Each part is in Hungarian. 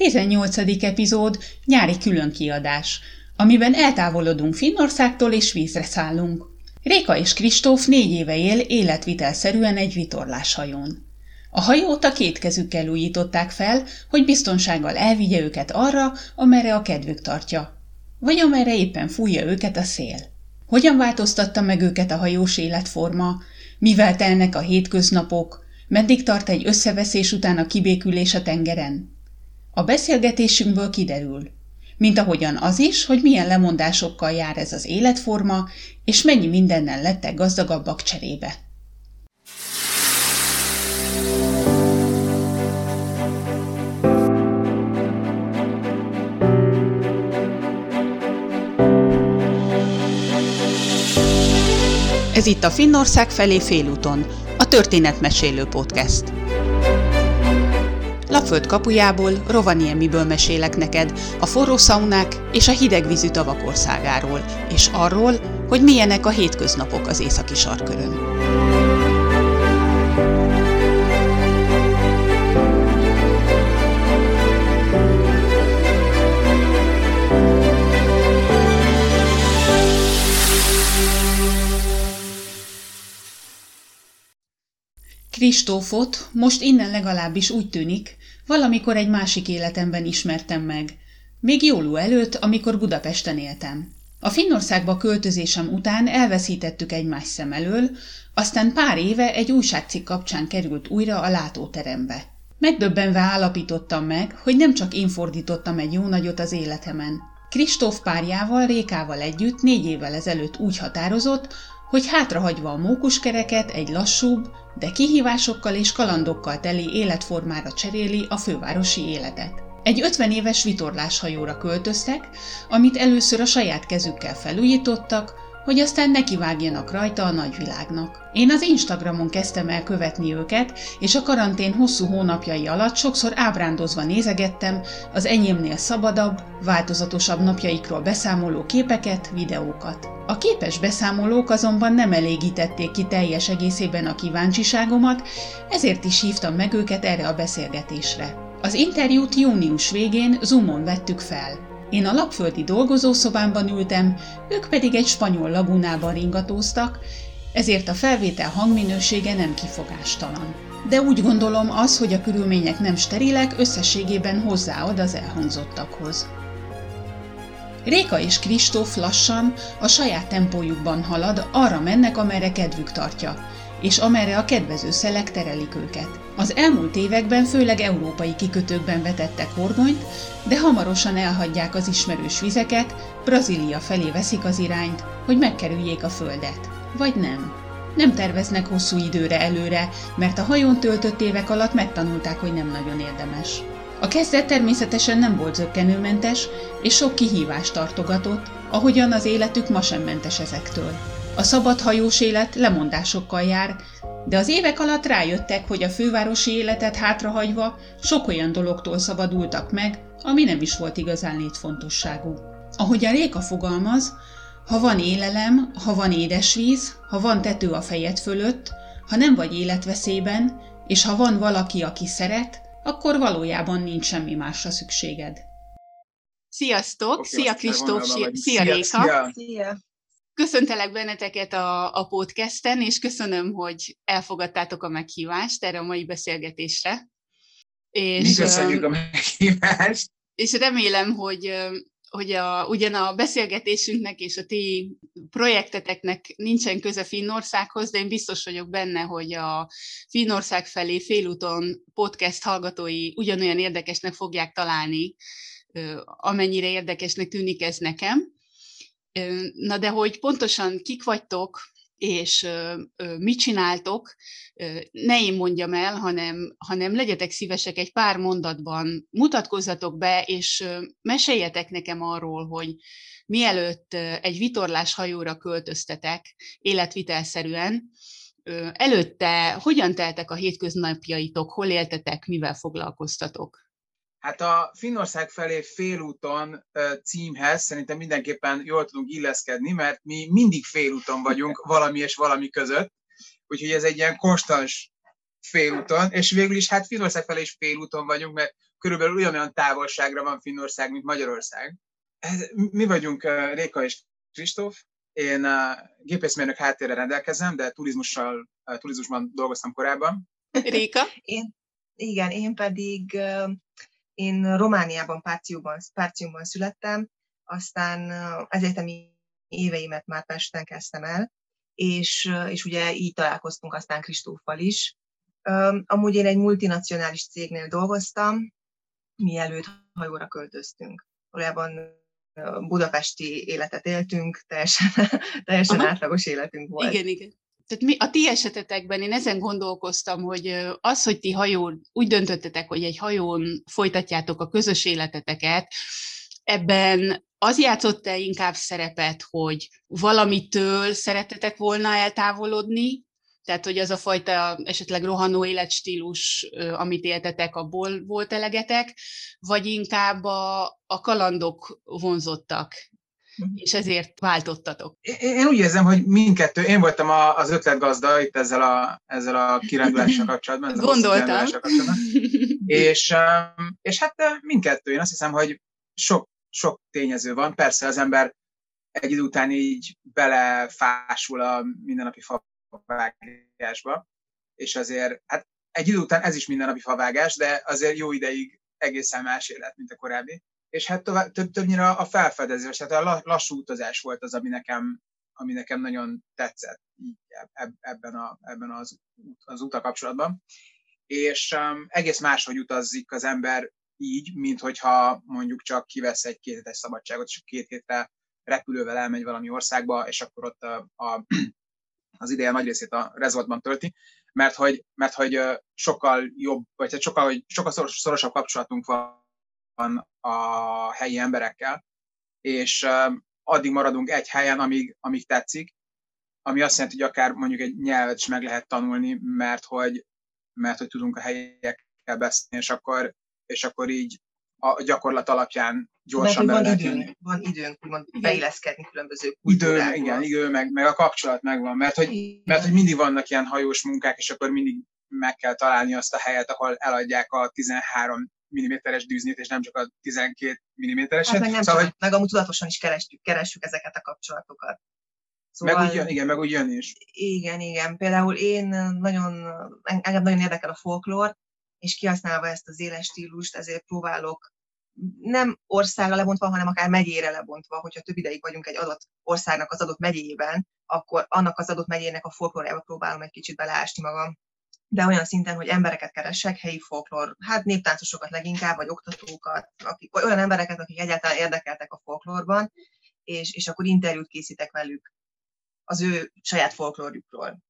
18. epizód, nyári különkiadás, amiben eltávolodunk Finnországtól és vízre szállunk. Réka és Kristóf 4 éve él életvitelszerűen egy vitorláshajón. A hajót a 2 kezükkel újították fel, hogy biztonsággal elvigye őket arra, amerre a kedvük tartja, vagy amerre éppen fújja őket a szél. Hogyan változtatta meg őket a hajós életforma, mivel telnek a hétköznapok, meddig tart egy összeveszés után a kibékülés a tengeren? A beszélgetésünkből kiderül, mint ahogyan az is, hogy milyen lemondásokkal jár ez az életforma, és mennyi mindennel lettek gazdagabbak cserébe. Ez itt a Finnország felé félúton, a történetmesélő podcast. Lapföld kapujából, Rovaniemiből mesélek neked a forró szaunák és a hidegvízű tavak országáról, és arról, hogy milyenek a hétköznapok az északi sarkkörön. Kristófot most innen legalábbis úgy tűnik, valamikor egy másik életemben ismertem meg, még jóló előtt, amikor Budapesten éltem. A Finnországba költözésem után elveszítettük egymás szem elől, aztán pár éve egy újságcikk kapcsán került újra a látóterembe. Megdöbbenve állapítottam meg, hogy nem csak én fordítottam egy jó nagyot az életemen. Kristóf párjával, Rékával együtt 4 évvel ezelőtt úgy határozott, hogy hátrahagyva a mókuskereket egy lassúbb, de kihívásokkal és kalandokkal teli életformára cseréli a fővárosi életet. Egy 50 éves vitorláshajóra költöztek, amit először a saját kezükkel felújítottak, hogy aztán nekivágjanak rajta a nagyvilágnak. Én az Instagramon kezdtem el követni őket, és a karantén hosszú hónapjai alatt sokszor ábrándozva nézegettem az enyémnél szabadabb, változatosabb napjaikról beszámoló képeket, videókat. A képes beszámolók azonban nem elégítették ki teljes egészében a kíváncsiságomat, ezért is hívtam meg őket erre a beszélgetésre. Az interjút június végén Zoomon vettük fel. Én a lapföldi dolgozószobámban ültem, ők pedig egy spanyol lagúnában ringatóztak, ezért a felvétel hangminősége nem kifogástalan. De úgy gondolom az, hogy a körülmények nem sterilek, összességében hozzáad az elhangzottakhoz. Réka és Kristóf lassan, a saját tempójukban halad, arra mennek, amerre kedvük tartja, és amerre a kedvező szelek terelik őket. Az elmúlt években főleg európai kikötőkben vetettek horgonyt, de hamarosan elhagyják az ismerős vizeket, Brazília felé veszik az irányt, hogy megkerüljék a földet. Vagy nem. Nem terveznek hosszú időre előre, mert a hajón töltött évek alatt megtanulták, hogy nem nagyon érdemes. A kezdet természetesen nem volt zökkenőmentes, és sok kihívást tartogatott, ahogyan az életük ma sem mentes ezektől. A szabad hajós élet lemondásokkal jár, de az évek alatt rájöttek, hogy a fővárosi életet hátrahagyva sok olyan dologtól szabadultak meg, ami nem is volt igazán létfontosságú. Ahogy a Réka fogalmaz, ha van élelem, ha van édesvíz, ha van tető a fejed fölött, ha nem vagy életveszélyben, és ha van valaki, aki szeret, akkor valójában nincs semmi másra szükséged. Sziasztok! Szia Kristóf! Szia Réka! Szia! Köszöntelek benneteket a podcasten, és köszönöm, hogy elfogadtátok a meghívást erre a mai beszélgetésre. Mi köszönjük a meghívást! És remélem, hogy ugyan a beszélgetésünknek és a ti projekteteknek nincsen köze Finnországhoz, de én biztos vagyok benne, hogy a Finnország felé félúton podcast hallgatói ugyanolyan érdekesnek fogják találni, amennyire érdekesnek tűnik ez nekem. Na de hogy pontosan kik vagytok, és mit csináltok, ne én mondjam el, hanem legyetek szívesek egy pár mondatban, mutatkozzatok be, és meséljetek nekem arról, hogy mielőtt egy vitorláshajóra költöztetek életvitelszerűen, előtte hogyan teltek a hétköznapjaitok, hol éltetek, mivel foglalkoztatok? Hát a Finnország felé félúton címhez szerintem mindenképpen jól tudunk illeszkedni, mert mi mindig félúton vagyunk valami és valami között, úgyhogy ez egy ilyen konstans félúton, és végül is hát Finnország felé is félúton vagyunk, mert körülbelül ugyanolyan távolságra van Finnország, mint Magyarország. Mi vagyunk Réka és Kristóf. Én gépészmérnök háttérrel rendelkezem, de turizmusban dolgoztam korábban. Réka? Én pedig én Romániában, Párciumban születtem, aztán az egyetemi éveimet már Pesten kezdtem el, és ugye így találkoztunk aztán Kristóffal is. Amúgy én egy multinacionális cégnél dolgoztam, mielőtt hajóra költöztünk. Valójában budapesti életet éltünk, teljesen átlagos életünk volt. Igen. Tehát a ti esetetekben én ezen gondolkoztam, hogy az, hogy ti úgy döntöttetek, hogy egy hajón folytatjátok a közös életeteket, ebben az játszott-e inkább szerepet, hogy valamitől szerettetek volna eltávolodni, tehát, hogy az a fajta esetleg rohanó életstílus, amit éltetek, abból volt elegetek, vagy inkább a kalandok vonzottak, és ezért váltottatok? Én úgy érzem, hogy mindkettő, én voltam az ötletgazda itt ezzel a kirándulással kapcsolatban. Gondoltam. És hát mindkettő. Én azt hiszem, hogy sok tényező van. Persze az ember egy idő után így belefásul a mindennapi favágásba, és azért, hát egy idő után ez is mindennapi favágás, de azért jó ideig egészen más élet, mint a korábbi. És hát többnyire a felfedezés, tehát a lassú utazás volt az, ami nekem nagyon tetszett ebben az úttal kapcsolatban. És egész máshogy utazzik az ember így, mint hogyha mondjuk csak kivesz egy 2 hetes szabadságot, és 2 hétre repülővel elmegy valami országba, és akkor ott az ideje nagy részét a resortban tölti, mert hogy sokkal jobb, vagy sokkal szorosabb kapcsolatunk van a helyi emberekkel, és addig maradunk egy helyen, amíg tetszik, ami azt jelenti, hogy akár mondjuk egy nyelvet is meg lehet tanulni, mert hogy tudunk a helyiekkel beszélni, és akkor így a gyakorlat alapján gyorsan van időnk úgymond beilleszkedni különböző kultúrákba. Idő, meg a kapcsolat megvan, mert hogy mindig vannak ilyen hajós munkák, és akkor mindig meg kell találni azt a helyet, ahol eladják a 13 mm-es dűznét, és nem csak a 12 mm-eset. Hát meg amúgy tudatosan is keressük ezeket a kapcsolatokat. Szóval, meg úgy jön is. Igen. Például engem nagyon érdekel a folklór, és kihasználva ezt az éles stílust, ezért próbálok nem országra lebontva, hanem akár megyére lebontva, hogyha több ideig vagyunk egy adott országnak az adott megyéjében, akkor annak az adott megyének a folklórjába próbálom egy kicsit beleásni magam. De olyan szinten, hogy embereket keresek, helyi folklór, hát néptáncosokat leginkább, vagy oktatókat, olyan embereket, akik egyáltalán érdekeltek a folklórban, és akkor interjút készítek velük az ő saját folklórjukról.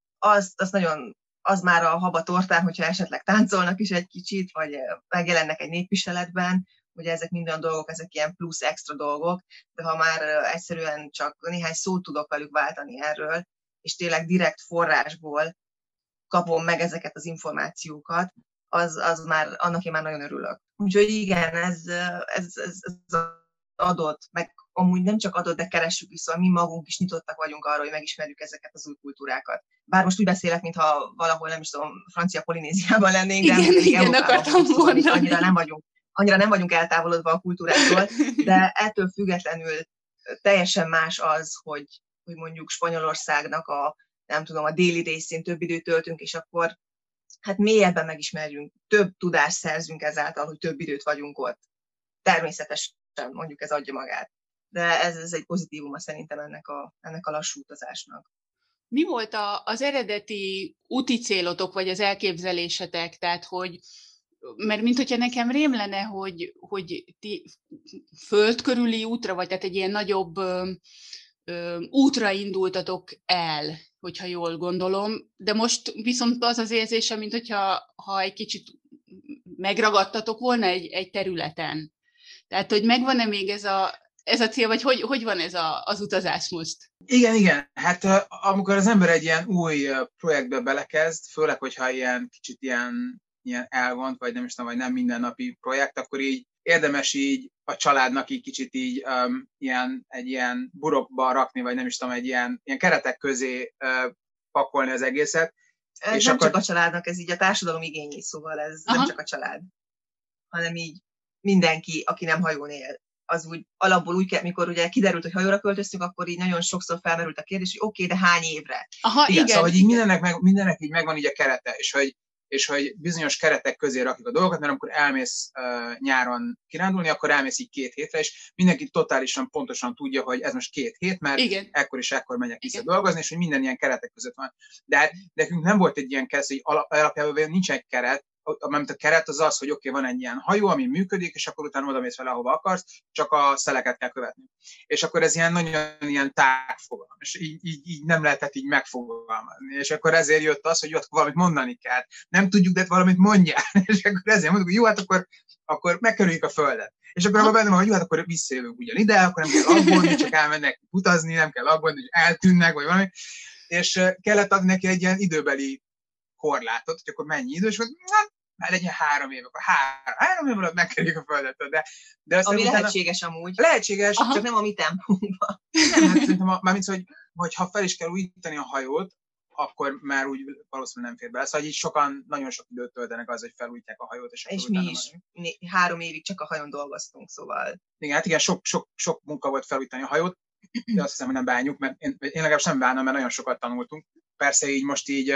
Az már a haba tortán, hogyha esetleg táncolnak is egy kicsit, vagy megjelennek egy népviseletben, ugye ezek mind olyan dolgok, ezek ilyen plusz extra dolgok, de ha már egyszerűen csak néhány szót tudok velük váltani erről, és tényleg direkt forrásból kapom meg ezeket az információkat, az már, annak én már nagyon örülök. Úgyhogy igen, ez adott, meg amúgy nem csak adott, de keressük is, szóval mi magunk is nyitottak vagyunk arra, hogy megismerjük ezeket az új kultúrákat. Bár most úgy beszélek, mintha valahol, nem is tudom, francia Polinéziában lennénk, de igen, akartam mondani. Annyira nem vagyunk eltávolodva a kultúráktól, de ettől függetlenül teljesen más az, hogy mondjuk Spanyolországnak a déli részén több időt töltünk, és akkor hát mélyebben megismerjünk, több tudást szerzünk ezáltal, hogy több időt vagyunk ott. Természetesen mondjuk ez adja magát. De ez egy pozitívuma szerintem ennek a lassú utazásnak. Mi volt az eredeti úti célotok, vagy az elképzelésetek? Tehát, mert minthogyha nekem rém lenne, hogy ti földkörüli útra, vagy tehát egy ilyen nagyobb útra indultatok el, hogyha jól gondolom, de most viszont az az érzése, minthogyha egy kicsit megragadtatok volna egy területen. Tehát, hogy megvan-e még ez a cél, vagy hogy van ez az utazás most? Igen. Hát amikor az ember egy ilyen új projektbe belekezd, főleg, hogyha kicsit ilyen elvont, vagy nem is tudom, vagy nem mindennapi projekt, akkor így érdemes így a családnak így kicsit így egy ilyen burokba rakni, vagy nem is tudom, egy ilyen keretek közé pakolni az egészet. Ez és nem csak a családnak, ez így a társadalom igényé, szóval ez nem csak a család. hanem így mindenki, aki nem hajón él. Az úgy alapból úgy kell, mikor ugye kiderült, hogy hajóra költöztünk, akkor így nagyon sokszor felmerült a kérdés, hogy oké, de hány évre? Aha, igen. Szóval, hogy így mindennek így megvan így a kerete, és hogy bizonyos keretek közé rakjuk a dolgokat, mert amikor elmész nyáron kirándulni, akkor elmész így 2 hétre, és mindenki totálisan pontosan tudja, hogy ez most 2 hét, mert igen. ekkor és ekkor megyek vissza dolgozni, és hogy minden ilyen keretek között van. De hát nekünk nem volt egy ilyen keret, hogy alapjában nincs egy keret, mert a keret az az, hogy oké, van egy ilyen hajó, ami működik, és akkor utána odamész vele, ahova akarsz, csak a szeleket kell követni. És akkor ez ilyen nagyon ilyen tágfogalom, és így nem lehetett így megfogalmazni. És akkor ezért jött az, hogy ott valamit mondani kell. Nem tudjuk, de valamit mondjál. És akkor ezért mondjuk, hogy jó, hát akkor megkerüljük a földet. És akkor abban bennem, hogy jó, hát akkor visszajövünk ugyanide, akkor nem kell aggódni, csak elmennek utazni, nem kell aggódni, hogy eltűnnek, vagy valami. És kellett adni neki egy ilyen időbeli korlátot, hogy akkor mennyi idős volt, már legyen 3 év, akkor 3 év alatt megkerüljük a földet. De ami lehetséges amúgy. Lehetséges. Csak nem a mi tempónkban. Nem, hát szerintem, mármint, hogy ha fel is kell újítani a hajót, akkor már úgy valószínűleg nem fér bele. Szóval így nagyon sok időt töltenek az, hogy felújítják a hajót. És mi is 3 évig csak a hajón dolgoztunk, szóval. Igen, hát igen, sok munka volt felújítani a hajót, de azt hiszem, hogy nem bánjuk, mert én legalábbis nem bánom, mert nagyon sokat tanultunk. Persze így most így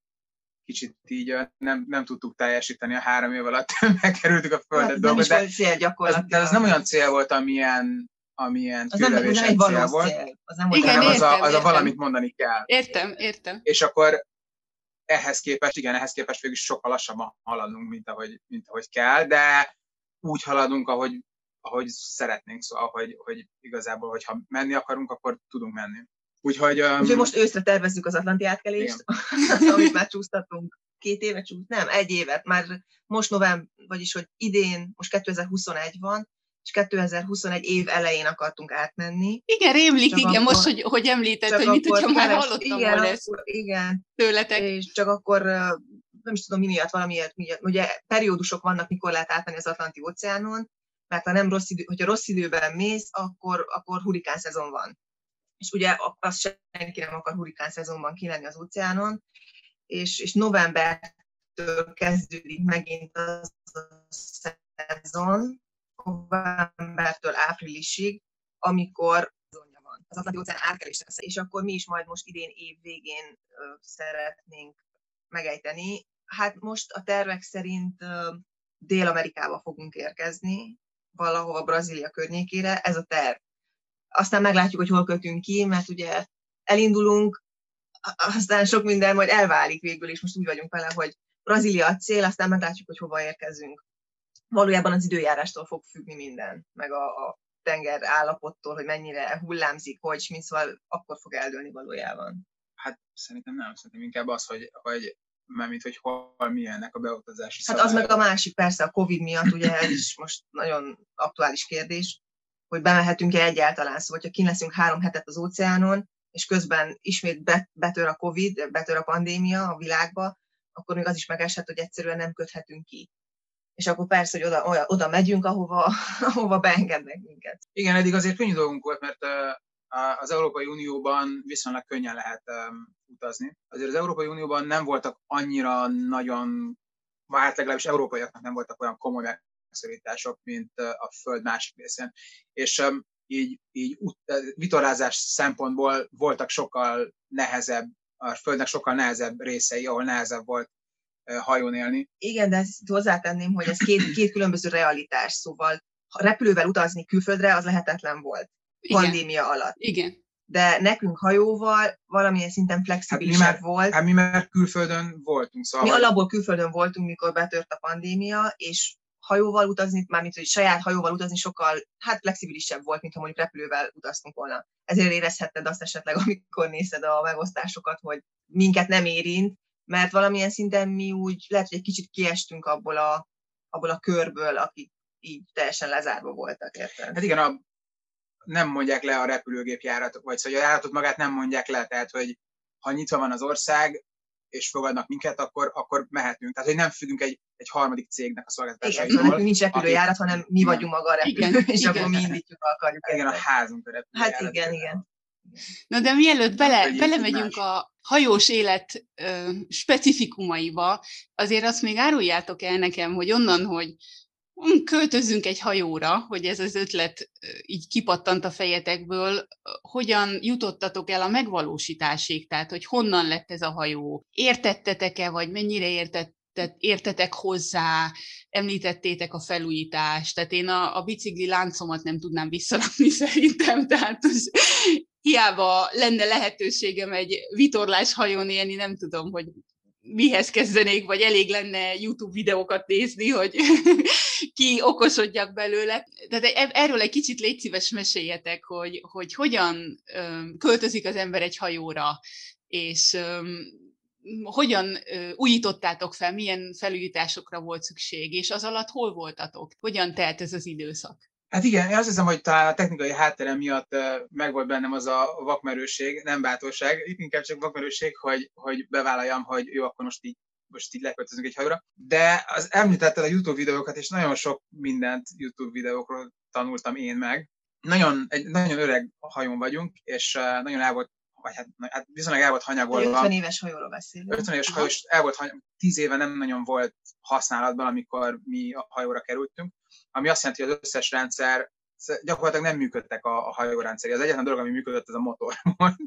kicsit így nem tudtuk teljesíteni a 3 év alatt, megkerültük a földet dolgot. Nem is volt cél gyakorlatilag. De ez nem olyan cél volt, amilyen kőlevésen cél volt. Igen, az a valamit mondani kell. Értem. És akkor ehhez képest végül is sokkal lassabban haladunk, mint ahogy kell, de úgy haladunk, ahogy szeretnénk, szóval, hogy igazából, hogyha menni akarunk, akkor tudunk menni. Úgyhogy most őszre tervezzük az Atlanti átkelést, amit már csúsztatunk 2 éve nem, 1 évet, már most vagyis hogy idén, most 2021 van, és 2021 év elején akartunk átmenni. Igen, rémlik, igen, akkor, most, hogy említett, hogy mit tudja, már hallottam volna ezt tőletek. És csak akkor, nem is tudom mi miatt, valamiért, ugye periódusok vannak, mikor lehet átmenni az Atlanti óceánon, mert hogyha rossz időben mész, akkor hurikán szezon van. És ugye azt senki nem akar hurikán szezonban kilenni az óceánon, és novembertől kezdődik megint az a szezon, novembertől áprilisig, amikor szezonja van. Az Atlanti óceán átkelésre. És akkor mi is majd most idén év végén szeretnénk megejteni. Hát most a tervek szerint Dél-Amerikába fogunk érkezni, valahova Brazília környékére, ez a terv. Aztán meglátjuk, hogy hol kötünk ki, mert ugye elindulunk, aztán sok minden majd elválik végül, és most úgy vagyunk vele, hogy Brazília a cél, aztán meglátjuk, hogy hova érkezünk. Valójában az időjárástól fog függni minden, meg a tenger állapottól, hogy mennyire hullámzik, mint szóval akkor fog eldőlni valójában. Hát szerintem nem, szerintem inkább az, hogy mármint, hogy hol milyennek a beutazási szabályok. Hát az meg a másik, persze a Covid miatt, ugye ez is most nagyon aktuális kérdés, hogy bemehetünk-e egyáltalán. Szóval, ha kint leszünk 3 hetet az óceánon, és közben ismét betör a Covid, betör a pandémia a világba, akkor még az is megeshet, hogy egyszerűen nem köthetünk ki. És akkor persze, hogy oda megyünk, ahova beengednek minket. Igen, eddig azért könnyű dolgunk volt, mert az Európai Unióban viszonylag könnyen lehet utazni. Azért az Európai Unióban nem voltak annyira nagyon, hát legalábbis európaiaknak nem voltak olyan komoly megszorítások, mint a Föld másik részén. És így vitorlázás szempontból voltak sokkal nehezebb, a Földnek sokkal nehezebb részei, ahol nehezebb volt hajón élni. Igen, de ezt hozzátenném, hogy ez két különböző realitás, szóval ha repülővel utazni külföldre, az lehetetlen volt pandémia alatt. Igen. De nekünk hajóval valamilyen szinten flexibilisebb volt. Hát mi már külföldön voltunk. Szóval mi alapból külföldön voltunk, mikor betört a pandémia, és hajóval utazni, mármint hogy saját hajóval utazni sokkal flexibilisebb volt, mint ha mondjuk repülővel utaztunk volna. Ezért érezhetted azt esetleg, amikor nézed a megosztásokat, hogy minket nem érint, mert valamilyen szinten mi úgy lehet, hogy egy kicsit kiestünk abból a körből, akik így teljesen lezárva voltak, érted? Hát igen, nem mondják le a repülőgép járatot, vagy szóval a járatot magát nem mondják le, tehát hogy ha nyitva van az ország, és fogadnak minket, akkor mehetünk. Tehát, hogy nem függünk egy harmadik cégnek a szolgáltatásaitól. Igen, nekünk nincs repülőjárat, hanem mi vagyunk maga a repülő, és akkor mi indítjuk, akarjuk. Igen, a házunk a repülőjárat. Hát igen. Na de mielőtt belemegyünk a hajós élet specifikumaiba, azért azt még áruljátok el nekem, hogy onnan, hogy Költözzünk egy hajóra, hogy ez az ötlet így kipattant a fejetekből. Hogyan jutottatok el a megvalósításig? Tehát, hogy honnan lett ez a hajó? Értettetek-e, vagy mennyire értetek hozzá? Említettétek a felújítást. Tehát én a bicikli láncomat nem tudnám visszarakni szerintem. Tehát hiába lenne lehetőségem egy vitorlás hajón élni, nem tudom, hogy mihez kezdenék, vagy elég lenne YouTube videókat nézni, hogy ki okosodjak belőle. Tehát erről egy kicsit légy szíves meséljetek, hogy hogyan költözik az ember egy hajóra, és hogyan újítottátok fel, milyen felújításokra volt szükség, és az alatt hol voltatok? Hogyan telt ez az időszak? Hát igen, én azt hiszem, hogy talán a technikai hátterem miatt megvolt bennem az a vakmerőség, nem bátorság, inkább csak vakmerőség, hogy bevállaljam, hogy jó, akkor most így leköltözünk egy hajóra. De az említetted a YouTube videókat, és nagyon sok mindent YouTube videókról tanultam én meg. Egy nagyon öreg hajón vagyunk, és nagyon el volt, vagy hát viszonylag el volt hanyagolva. 50 éves hajóról beszélünk. 50 éves hajó, és el volt 10 éve nem nagyon volt használatban, amikor mi a hajóra kerültünk, ami azt jelenti, hogy az összes rendszer gyakorlatilag nem működtek a hajórendszeri. Az egyetlen dolog, ami működött, az a motor volt.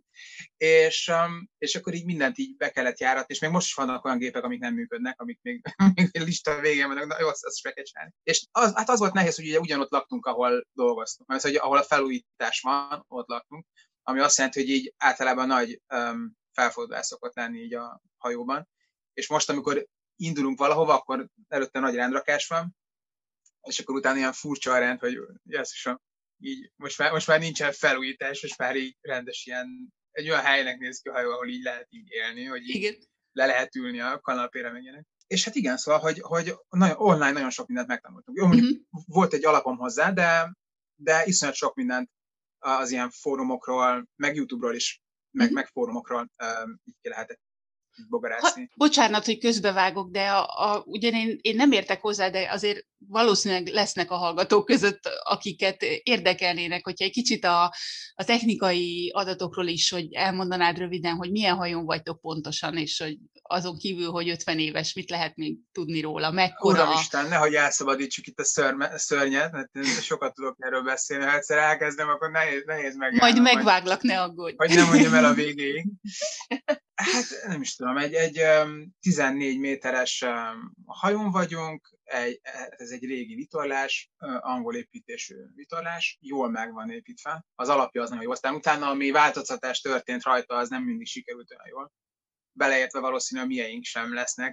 És akkor így mindent így be kellett járatni, és még most is vannak olyan gépek, amik nem működnek, amik még lista végén vannak, na jó, azt meg kell csinálni. És az volt nehéz, hogy ugye ugyanott laktunk, ahol dolgoztunk. Mert hogy ahol a felújítás van, ott laktunk, ami azt jelenti, hogy így általában nagy felfordulás szokott lenni így a hajóban. És most, amikor indulunk valahova, akkor előtte nagy rendrakás van, és akkor utána ilyen furcsa a rend, hogy jesszusom, így most már nincsen felújítás, most már így rendes ilyen, egy olyan helynek néz ki a hajó, ahol így lehet így élni, hogy így le lehet ülni a kanapére meg ilyenek. És hát igen, szóval, hogy online nagyon sok mindent megtanultunk. Jó, mondjuk volt egy alapom hozzá, de iszonyat sok mindent az ilyen fórumokról, meg YouTube-ról is, meg fórumokról így ki lehetett bogarászni. Bocsánat, hogy közbevágok, de ugyan én nem értek hozzá, de azért valószínűleg lesznek a hallgatók között, akiket érdekelnének, hogyha egy kicsit a technikai adatokról is, hogy elmondanád röviden, hogy milyen hajón vagytok pontosan, és hogy azon kívül, hogy 50 éves, mit lehet még tudni róla, mekkora... Uramisten, nehogy elszabadítsuk itt a szörnyet, mert sokat tudok erről beszélni, ha egyszer elkezdem, akkor nehéz megállnom. Majd megváglak, ne aggódj. Hogy nem mondjam el a végéig. Hát nem is tudom, egy 14 méteres hajón vagyunk, ez egy régi vitorlás, angol építésű vitorlás, jól meg van építve. Az alapja az nagyon jó, aztán utána, ami változtatás történt rajta, az nem mindig sikerült olyan jól. Beleértve valószínűleg mieink sem lesznek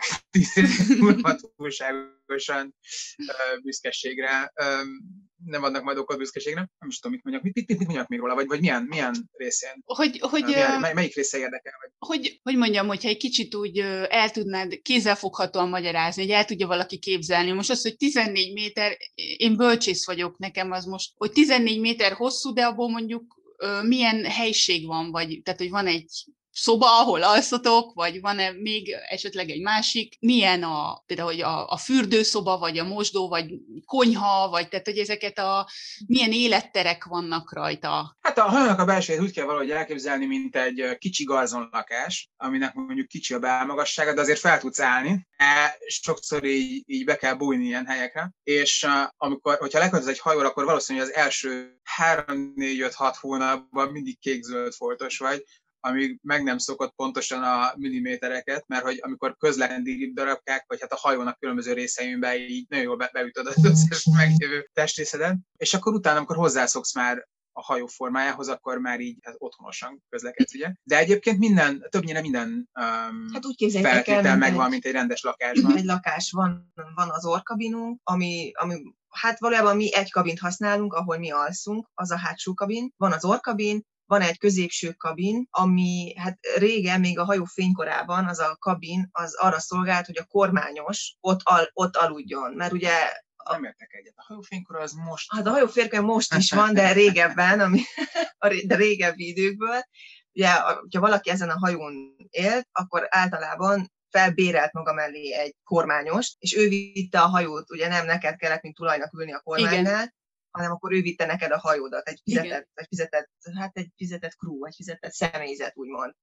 túlságosan büszkeségre. Nem adnak majd okot büszkeségre. Nem is tudom, mit mondjak. Mit mondjak még róla? Vagy milyen részén? Melyik része érdekel? Hogy mondjam, hogyha egy kicsit úgy el tudnád kézzelfoghatóan magyarázni, hogy el tudja valaki képzelni. Most az, hogy 14 méter, én bölcsész vagyok, nekem az most, hogy 14 méter hosszú, de abból mondjuk milyen helység van, vagy tehát, hogy van egy szoba, ahol alszotok, vagy van-e még esetleg egy másik? Milyen például hogy a fürdőszoba, vagy a mosdó, vagy konyha, vagy tehát, hogy milyen életterek vannak rajta? Hát a hajónak a belsejét úgy kell valahogy elképzelni, mint egy kicsi garzonlakás, aminek mondjuk kicsi a belmagassága, de azért fel tudsz állni. Sokszor így be kell bújni ilyen helyekre. És hogyha leköltöz egy hajóra, akkor valószínűleg az első 3-4-5-6 hónapban mindig kék-zöld foltos vagy, amíg meg nem szokott pontosan a millimétereket, mert hogy amikor közlekedik darabkák, vagy hát a hajónak különböző részeinben így nagyon jól beütöd az összes meglévő testrészedet, és akkor utána, amikor hozzászoksz már a hajó formájához, akkor már így otthonosan közlekedsz, ugye? De egyébként többnyire minden feltétel megvan, mint egy rendes lakásban. Egy lakás van az orrkabinunk, ami hát valójában mi egy kabint használunk, ahol mi alszunk, az a hátsó kabin. Van az orrkabin, van egy középső kabin, ami hát régen, még a hajó fénykorában az a kabin az arra szolgált, hogy a kormányos ott aludjon, mert ugye... Nem értek egyet. A hajófénykora az most... Hát a hajófénykora most is van, de régebben, de régebbi időkből. Ugye, ha valaki ezen a hajón élt, akkor általában felbérelt maga mellé egy kormányost, és ő vitte a hajót, ugye nem neked kellett, mint tulajnak ülni a kormánynál, igen, hanem akkor ő vitte neked a hajódat, egy fizetett crew, egy fizetett személyzet, úgymond.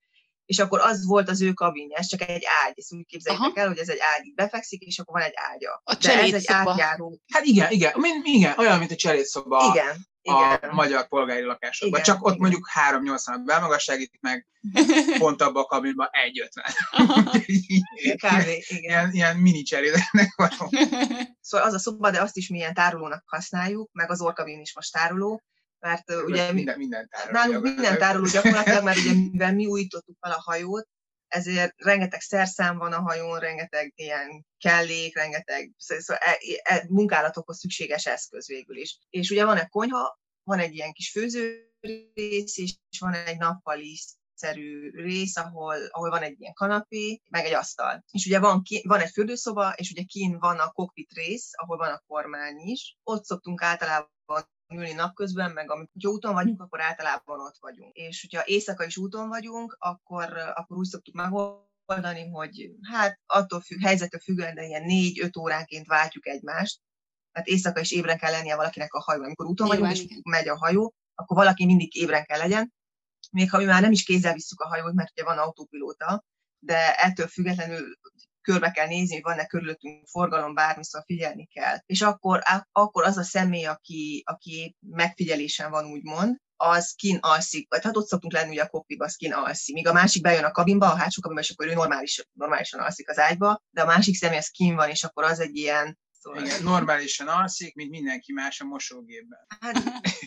és akkor az volt az ő kabinja, ez csak egy ágy, ezt úgy képzeljétek el, hogy ez egy ágy, így befekszik, és akkor van egy ágya. De ez egy átjáró. Hát igen, olyan, mint a cselédszoba a magyar polgári lakásokban. Igen, csak ott mondjuk 380 belmagasság, meg pont abban a kabinban 1,50. Ilyen mini cselédeknek van. Szóval az a szoba, de azt is mi ilyen tárolónak használjuk, meg az orrkabin is most tároló, mert ugye minden tároló. Nálunk minden tároló gyakorlatilag, mert ugye mivel mi újítottuk fel a hajót, ezért rengeteg szerszám van a hajón, rengeteg ilyen kellék, rengeteg munkálatokhoz szükséges eszköz végül is. És ugye van egy konyha, van egy ilyen kis főzőrész, és van egy nappali-szerű rész, ahol van egy ilyen kanapé, meg egy asztal. És ugye van egy fürdőszoba, és ugye kín van a kokpit rész, ahol van a kormány is. Ott szoktunk általában ülni napközben, meg hogyha úton vagyunk, akkor általában ott vagyunk. És hogyha éjszaka is úton vagyunk, akkor úgy szoktuk megoldani, hogy hát attól függ, helyzettől függően, de ilyen 4-5 óránként váltjuk egymást. Tehát éjszaka is ébren kell lennie valakinek a hajón. Amikor úton vagyunk, és megy a hajó, akkor valaki mindig ébren kell legyen. Még ha mi már nem is kézzel visszük a hajót, mert ugye van autópilóta, de ettől függetlenül körbe kell nézni, hogy van-e körülöttünk forgalom, bármi, szóval figyelni kell. És akkor az a személy, aki megfigyelésen van, úgymond, az kin alszik, vagy hát ott szoktunk lenni, ugye a kokpitban, az kin alszik. Míg a másik bejön a kabinba, a hátsó kabinba, és akkor ő normálisan alszik az ágyba, de a másik személy az kin van, és akkor az egy ilyen... Szóval... Igen, normálisan alszik, mint mindenki más a mosógépben. Hát...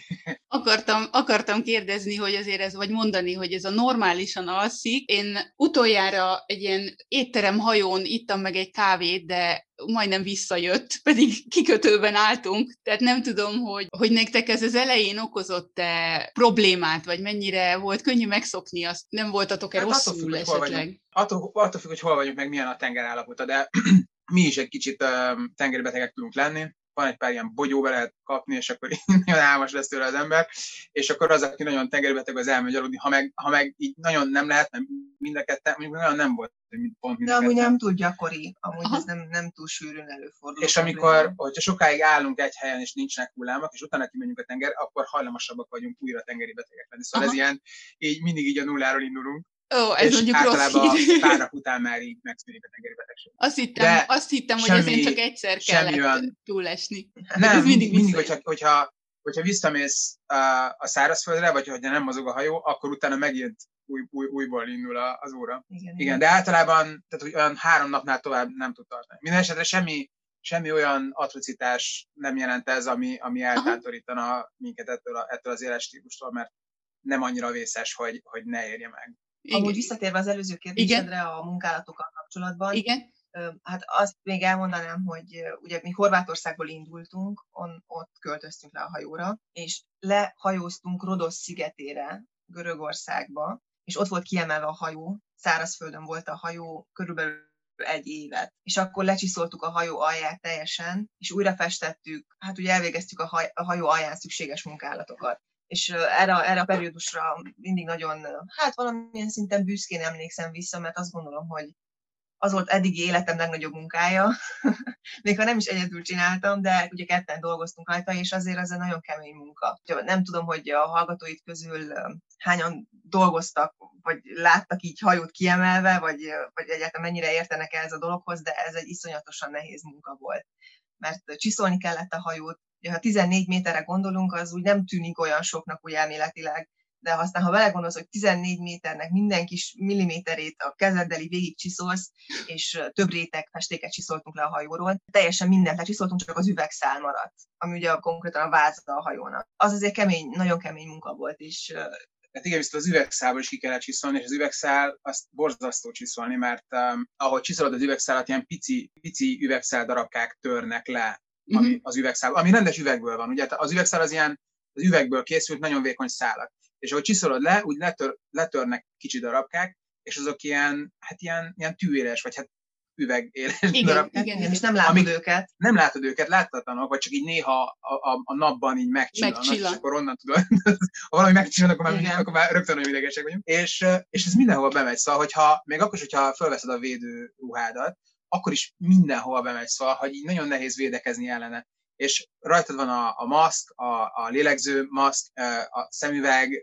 Akartam kérdezni, hogy azért ez, vagy mondani, hogy ez a normálisan alszik. Én utoljára egy ilyen étterem hajón ittam meg egy kávét, de majdnem visszajött, pedig kikötőben álltunk. Tehát nem tudom, hogy nektek ez az elején okozott-e problémát, vagy mennyire volt könnyű megszokni azt. Nem voltatok-e rosszul esetleg? Attól függ, hogy hol vagyunk, meg milyen a tenger állapota, de mi is egy kicsit tengeri betegek tudunk lenni. Van egy pár ilyen bogyó, be lehet kapni, és akkor nagyon álmos lesz tőle az ember, és akkor az, aki nagyon tengeri beteg, az elmegy aludni. Ha meg így nagyon nem lehet, mert mind a ketten, mondjuk nagyon nem volt, pont mind a ketten. De amúgy nem túl gyakori, amúgy ez nem túl sűrűn előfordul. És hogyha sokáig állunk egy helyen, és nincsenek hullámok, és utána kimegyünk a tenger, akkor hajlamosabbak vagyunk újra tengeri betegek lenni. Szóval ez ilyen, így mindig a nulláról indulunk. Ez és általában pár nap után már így megszűnik a tengeri betegség. Azt hittem, hogy ezen csak egyszer kellett túlesni. Nem, mindig hogyha visszamész a szárazföldre, vagy hogyha nem mozog a hajó, akkor utána megint újból indul az óra. Igen, de általában tehát, hogy olyan 3 napnál tovább nem tud tartani. Minden esetre semmi olyan atrocitás nem jelent ez, ami eltántorítana minket ettől az életstílustól, mert nem annyira vészes, hogy ne érje meg. Igen. Amúgy visszatérve az előző kérdésedre a munkálatokkal kapcsolatban, igen. Hát azt még elmondanám, hogy ugye mi Horvátországból indultunk, ott költöztünk le a hajóra, és lehajóztunk Rodos szigetére, Görögországba, és ott volt kiemelve a hajó, szárazföldön volt a hajó körülbelül 1 évet. És akkor lecsiszoltuk a hajó alját teljesen, és újra festettük, hát ugye elvégeztük a hajó alján szükséges munkálatokat. És erre a periódusra mindig nagyon, hát valamilyen szinten büszkén emlékszem vissza, mert azt gondolom, hogy az volt eddigi életem legnagyobb munkája, még ha nem is egyedül csináltam, de ugye ketten dolgoztunk rajta, és azért ez egy nagyon kemény munka. Nem tudom, hogy a hallgatóid közül hányan dolgoztak, vagy láttak így hajót kiemelve, vagy egyáltalán mennyire értenek ez a dologhoz, de ez egy iszonyatosan nehéz munka volt. Mert csiszolni kellett a hajót. Ha 14 méterre gondolunk, az úgy nem tűnik olyan soknak úgy elméletileg, de aztán, ha belegondolsz, hogy 14 méternek minden kis milliméterét a kezeddel végig csiszolsz, és több réteg festéket csiszoltunk le a hajóról, teljesen mindent lecsiszoltunk, csak az üvegszál maradt, ami ugye konkrétan a váza a hajónak. Az azért kemény, nagyon kemény munka volt, és hát igen, viszont az üvegszálból is ki kellett csiszolni, és az üvegszál azt borzasztó csiszolni, mert ahogy csiszolod az üvegszálat, ilyen pici üvegszál darabkák törnek le az üvegszál, ami rendes üvegből van. Ugye az üvegszál az ilyen az üvegből készült nagyon vékony szálak. És ahogy csiszolod le, úgy letörnek kicsi darabkák, és azok ilyen tűéles, vagy hát üvegéles darabkák. Igen, és nem látod őket. Nem látod őket, láthatatlanok, vagy csak így néha a napban így megcsillanak, és akkor onnan tudod, ha valami megcsillan, akkor már rögtön nagyon idegesek vagyunk. És ez mindenhol bemegy, szóval, még akkor is, hogyha felveszed a védőruhádat, akkor is mindenhol bemegy, szóval, hogy így nagyon nehéz védekezni ellene. És rajtad van a maszk, a lélegző maszk, a szemüveg,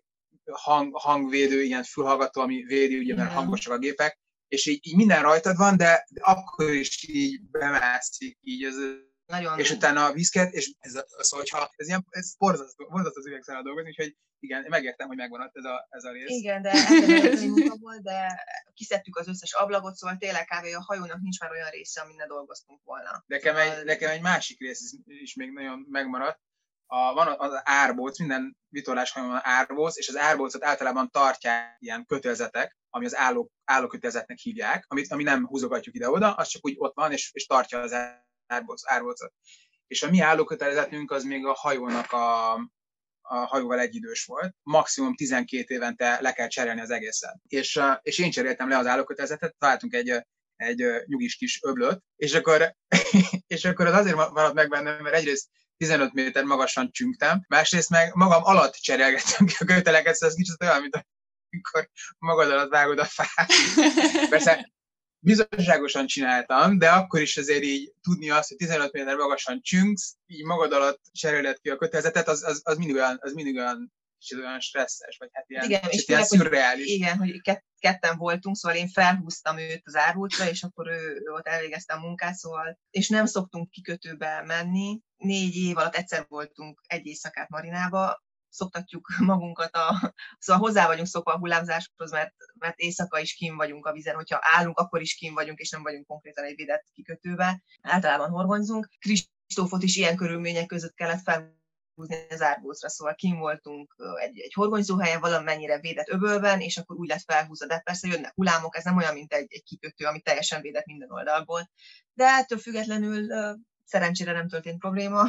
hangvédő, ilyen fülhallgató, ami védi, ugye, mert hangosak a gépek, és így minden rajtad van, de akkor is így bemászik így az nagyon. És utána a viszket, és szóval, hogyha ez borzasztó az üvegszállal dolgozni, úgyhogy igen, megértem, hogy megvan ott ez a rész. Igen, de ez munka volt, de kiszedtük az összes ablakot, szóval tényleg kb. A hajónak nincs már olyan része, amin ne dolgoztunk volna. Nekem egy másik rész is még nagyon megmaradt. Van az árbóc, minden vitorlás hajón van árbóc, és az árbócot általában tartják ilyen kötélzetek, ami az állókötélzetnek hívják, ami nem húzogatjuk ide-oda, az csak úgy ott van, és tartja az árbócot. És a mi állókötelezetünk az még a hajónak a hajóval egyidős volt. Maximum 12 évente le kell cserélni az egészet. És én cseréltem le az állókötelezetet, találtunk egy nyugis kis öblöt, és akkor az azért maradt meg bennem, mert egyrészt 15 méter magasan csüngtem, másrészt meg magam alatt cserélgettem ki a köteleket, szóval ez kicsit olyan, mint amikor magad alatt vágod a fát. Persze bizonságosan csináltam, de akkor is azért így tudni azt, hogy 15 méter magasan csüngsz, így magad alatt cseréled ki a kötelezetet, az mindig olyan kicsit olyan stresszes, vagy hát ilyen, igen, és ilyen szürreális. Igen, hogy ketten voltunk, szóval én felhúztam őt az árbócra, és akkor ő ott elvégezte a munkát, szóval, és nem szoktunk kikötőbe menni. 4 év alatt egyszer voltunk egy éjszakát Marinába, szoktatjuk magunkat, szóval hozzá vagyunk szokva a hullámzáshoz, mert éjszaka is kint vagyunk a vízen, hogyha állunk, akkor is kint vagyunk, és nem vagyunk konkrétan egy védett kikötőbe. Általában horgonyzunk. Kristófot is ilyen körülmények között kellett felhúzni az árbócra, szóval kint voltunk egy horgonyzóhelyen, valamennyire védett öbölben, és akkor úgy lett felhúzva, de persze jönnek hullámok, ez nem olyan, mint egy kikötő, ami teljesen védett minden oldalból. De ettől függetlenül szerencsére nem történt probléma,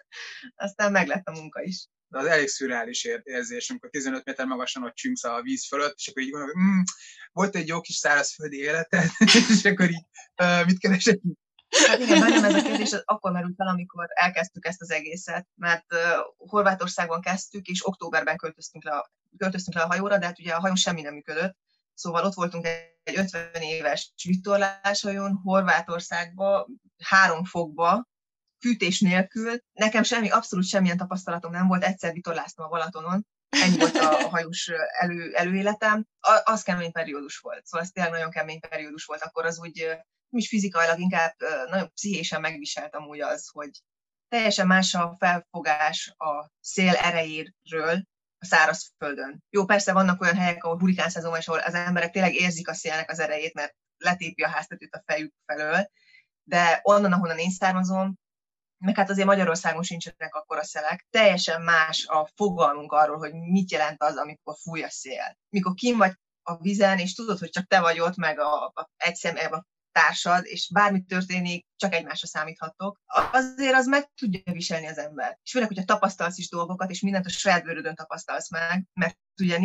aztán meglett a munka is. Az elég szürreális érzés, amikor 15 méter magasan ott csüngsz a víz fölött, és akkor így gondolok, volt egy jó kis szárazföldi életed, és akkor így mit keresek? Hát igen, bennem ez a kérdés akkor merült fel, amikor elkezdtük ezt az egészet, mert Horvátországban kezdtük, és októberben költöztünk le a hajóra, de hát ugye a hajón semmi nem működött, szóval ott voltunk egy 50 éves vitorláshajón Horvátországban, 3 fokba, fűtés nélkül. Nekem abszolút semmilyen tapasztalatom nem volt, egyszer vitorláztam a Balatonon, ennyi volt a hajós előéletem. Az kemény periódus volt, szóval ez tényleg nagyon kemény periódus volt, akkor az úgy nem is fizikailag, inkább nagyon pszichésen megviseltem úgy az, hogy teljesen más a felfogás a szél erejéről a szárazföldön. Jó, persze vannak olyan helyek, ahol hurikánszezon van, és ahol az emberek tényleg érzik a szélnek az erejét, mert letépi a háztetőt a fejük felől, de onnan, ahonnan én származom, meg hát azért Magyarországon sincsenek akkora szelek. Teljesen más a fogalmunk arról, hogy mit jelent az, amikor fúj a szél. Mikor kint vagy a vízen, és tudod, hogy csak te vagy ott, meg egy személy a társad, és bármi történik, csak egymásra számíthatok, azért az meg tudja viselni az ember. És főleg, hogyha tapasztalsz is dolgokat, és mindent a saját bőrödön tapasztalsz meg, mert ugye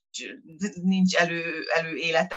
nincs elő élet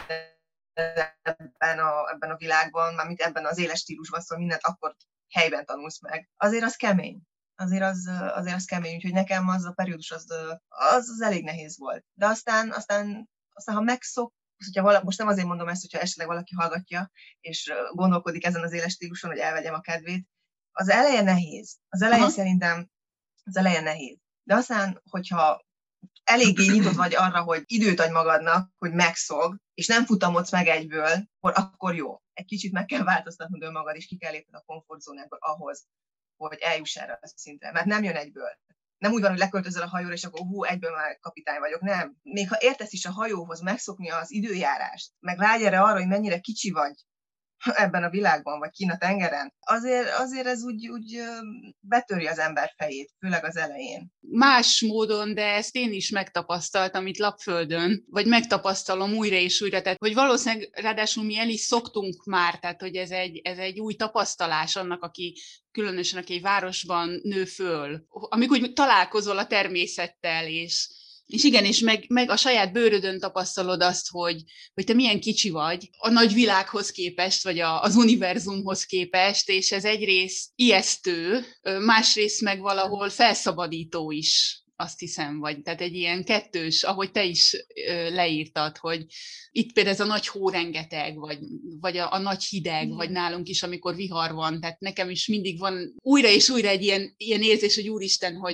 ebben a világban, mármint ebben az éles stílusban, szóval mindent akkor helyben tanulsz meg. Azért az kemény. Azért az kemény, úgyhogy nekem az a periódus az elég nehéz volt. De aztán ha hogyha most nem azért mondom ezt, hogyha esetleg valaki hallgatja, és gondolkodik ezen az éles stíluson, hogy elvegyem a kedvét. Az eleje nehéz. Szerintem az eleje nehéz. De aztán, hogyha eléggé nyitott vagy arra, hogy időt adj magadnak, hogy megszog, és nem futamodsz meg egyből, akkor jó. Egy kicsit meg kell változtatnod önmagad, és ki kell lépned a komfortzónából ahhoz, hogy eljuss erre a szintre. Mert nem jön egyből. Nem úgy van, hogy leköltözöl a hajóra, és akkor egyből már kapitány vagyok. Nem. Még ha értesz is a hajóhoz megszokni az időjárást, meg rágy erre arra, hogy mennyire kicsi vagy ebben a világban, vagy kint a tengeren, azért ez úgy betöri az ember fejét, főleg az elején. Más módon, de ezt én is megtapasztaltam itt Lapföldön, vagy megtapasztalom újra és újra, tehát hogy valószínűleg ráadásul mi el is szoktunk már, tehát hogy ez egy új tapasztalás annak, különösen aki egy városban nő föl, amikor úgy találkozol a természettel, és igen, és meg a saját bőrödön tapasztalod azt, hogy te milyen kicsi vagy a nagy világhoz képest, vagy az univerzumhoz képest, és ez egyrészt ijesztő, másrészt meg valahol felszabadító is, azt hiszem, vagy tehát egy ilyen kettős, ahogy te is leírtad, hogy itt például ez a nagy hó rengeteg, vagy a nagy hideg, vagy nálunk is, amikor vihar van, tehát nekem is mindig van újra és újra egy ilyen érzés, hogy úristen, hogy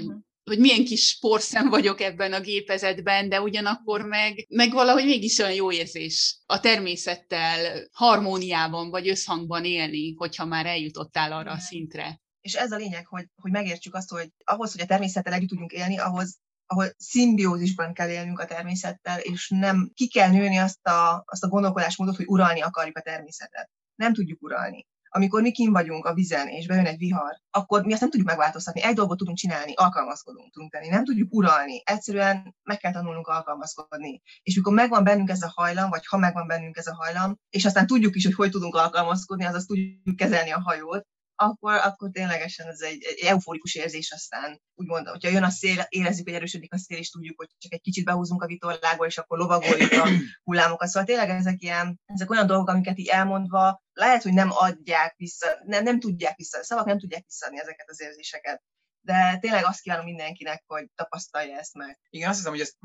hogy milyen kis porszem vagyok ebben a gépezetben, de ugyanakkor meg valahogy mégis olyan jó érzés a természettel harmóniában vagy összhangban élni, hogyha már eljutottál arra a szintre. És ez a lényeg, hogy megértsük azt, hogy ahhoz, hogy a természettel együtt tudjunk élni, ahol szimbiózisban kell élnünk a természettel, és nem ki kell nőni azt a gondolkodásmódot, hogy uralni akarjuk a természetet. Nem tudjuk uralni. Amikor mi kint vagyunk a vízen, és bejön egy vihar, akkor mi azt nem tudjuk megváltoztatni. Egy dolgot tudunk csinálni, alkalmazkodunk tudunk tenni. Nem tudjuk uralni. Egyszerűen meg kell tanulnunk alkalmazkodni. És mikor megvan bennünk ez a hajlam, vagy ha megvan bennünk ez a hajlam, és aztán tudjuk is, hogy tudunk alkalmazkodni, azaz tudjuk kezelni a hajót, akkor ténylegesen ez egy euforikus érzés, aztán úgymond, hogyha jön a szél, érezzük, hogy erősödik a szél, és tudjuk, hogy csak egy kicsit behúzunk a vitorlából, és akkor lovagoljuk a hullámokat. Szóval tényleg ezek olyan dolgok, amiket így elmondva, lehet, hogy nem adják vissza, nem tudják vissza, szavak nem tudják visszaadni ezeket az érzéseket. De tényleg azt kívánom mindenkinek, hogy tapasztalja ezt meg. Igen, azt hiszem, hogy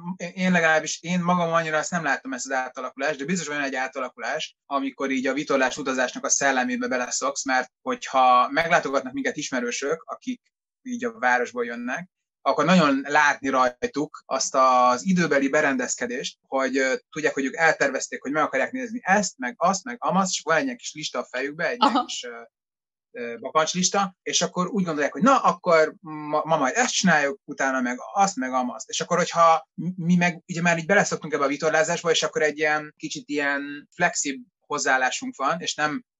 én magam annyira ezt nem láttam, ezt az átalakulást, de biztos olyan egy átalakulás, amikor így a vitorlás utazásnak a szellemébe beleszoksz, mert hogyha meglátogatnak minket ismerősök, akik így a városból jönnek, akkor nagyon látni rajtuk azt az időbeli berendezkedést, hogy tudják, hogy ők eltervezték, hogy meg akarják nézni ezt, meg azt, meg amazt, és van egy ilyen kis lista a fejükbe, egy ilyen kis bakancslista, és akkor úgy gondolják, hogy na, akkor ma majd ezt csináljuk, utána meg azt, meg amazt. És akkor, hogyha mi meg ugye már így beleszoktunk ebbe a vitorlázásba, és akkor egy ilyen kicsit ilyen flexib hozzáállásunk van, és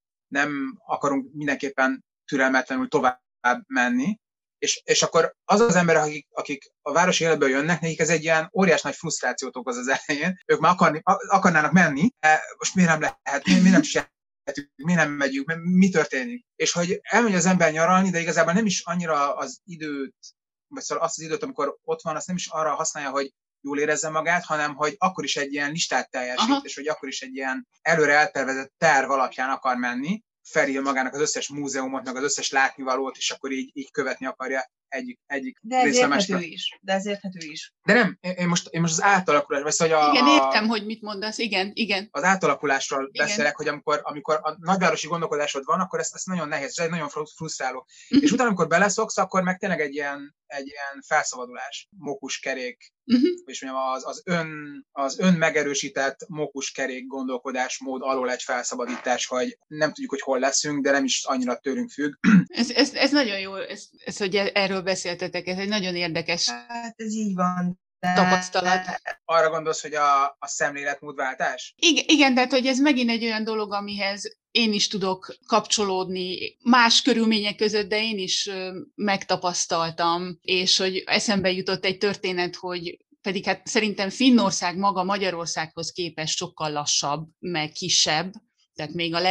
nem akarunk mindenképpen türelmetlenül tovább menni, és akkor az az ember, akik a városi életből jönnek, nekik ez egy ilyen óriás nagy frusztrációt okoz az elején. Ők már akarnának menni, de most miért nem lehet, miért nem csinálják, miért nem megyünk, mi történik. És hogy elmegy az ember nyaralni, de igazából nem is annyira az időt, vagy szóval azt az időt, amikor ott van, azt nem is arra használja, hogy jól érezze magát, hanem hogy akkor is egy ilyen listát teljesít, és hogy akkor is egy ilyen előre eltervezett terv alapján akar menni, felír magának az összes múzeumot, meg az összes látnivalót, és akkor így követni akarja egyik de ez érthető is. De nem, én most az átalakulás, vagy szóval igen, értem, hogy mit mondasz, igen. Az átalakulásról beszélek, hogy amikor a nagyvárosi gondolkodásod van, akkor ez nagyon nehéz, ez nagyon frusztráló. És utána, amikor beleszoksz, akkor meg tényleg egy ilyen felszabadulás, mókuskerék, és mondjam, az önmegerősített mókuskerék gondolkodásmód alól egy felszabadítás, hogy nem tudjuk, hogy hol leszünk, de nem is annyira tőlünk függ. Ez nagyon jó, ez, hogy erről beszéltetek, ez egy nagyon érdekes hát ez így van. Tapasztalat. Arra gondolsz, hogy a szemléletmódváltás? Igen, tehát hogy ez megint egy olyan dolog, amihez én is tudok kapcsolódni más körülmények között, de én is megtapasztaltam, és hogy eszembe jutott egy történet, hogy pedig hát szerintem Finnország maga Magyarországhoz képest sokkal lassabb, meg kisebb, tehát még a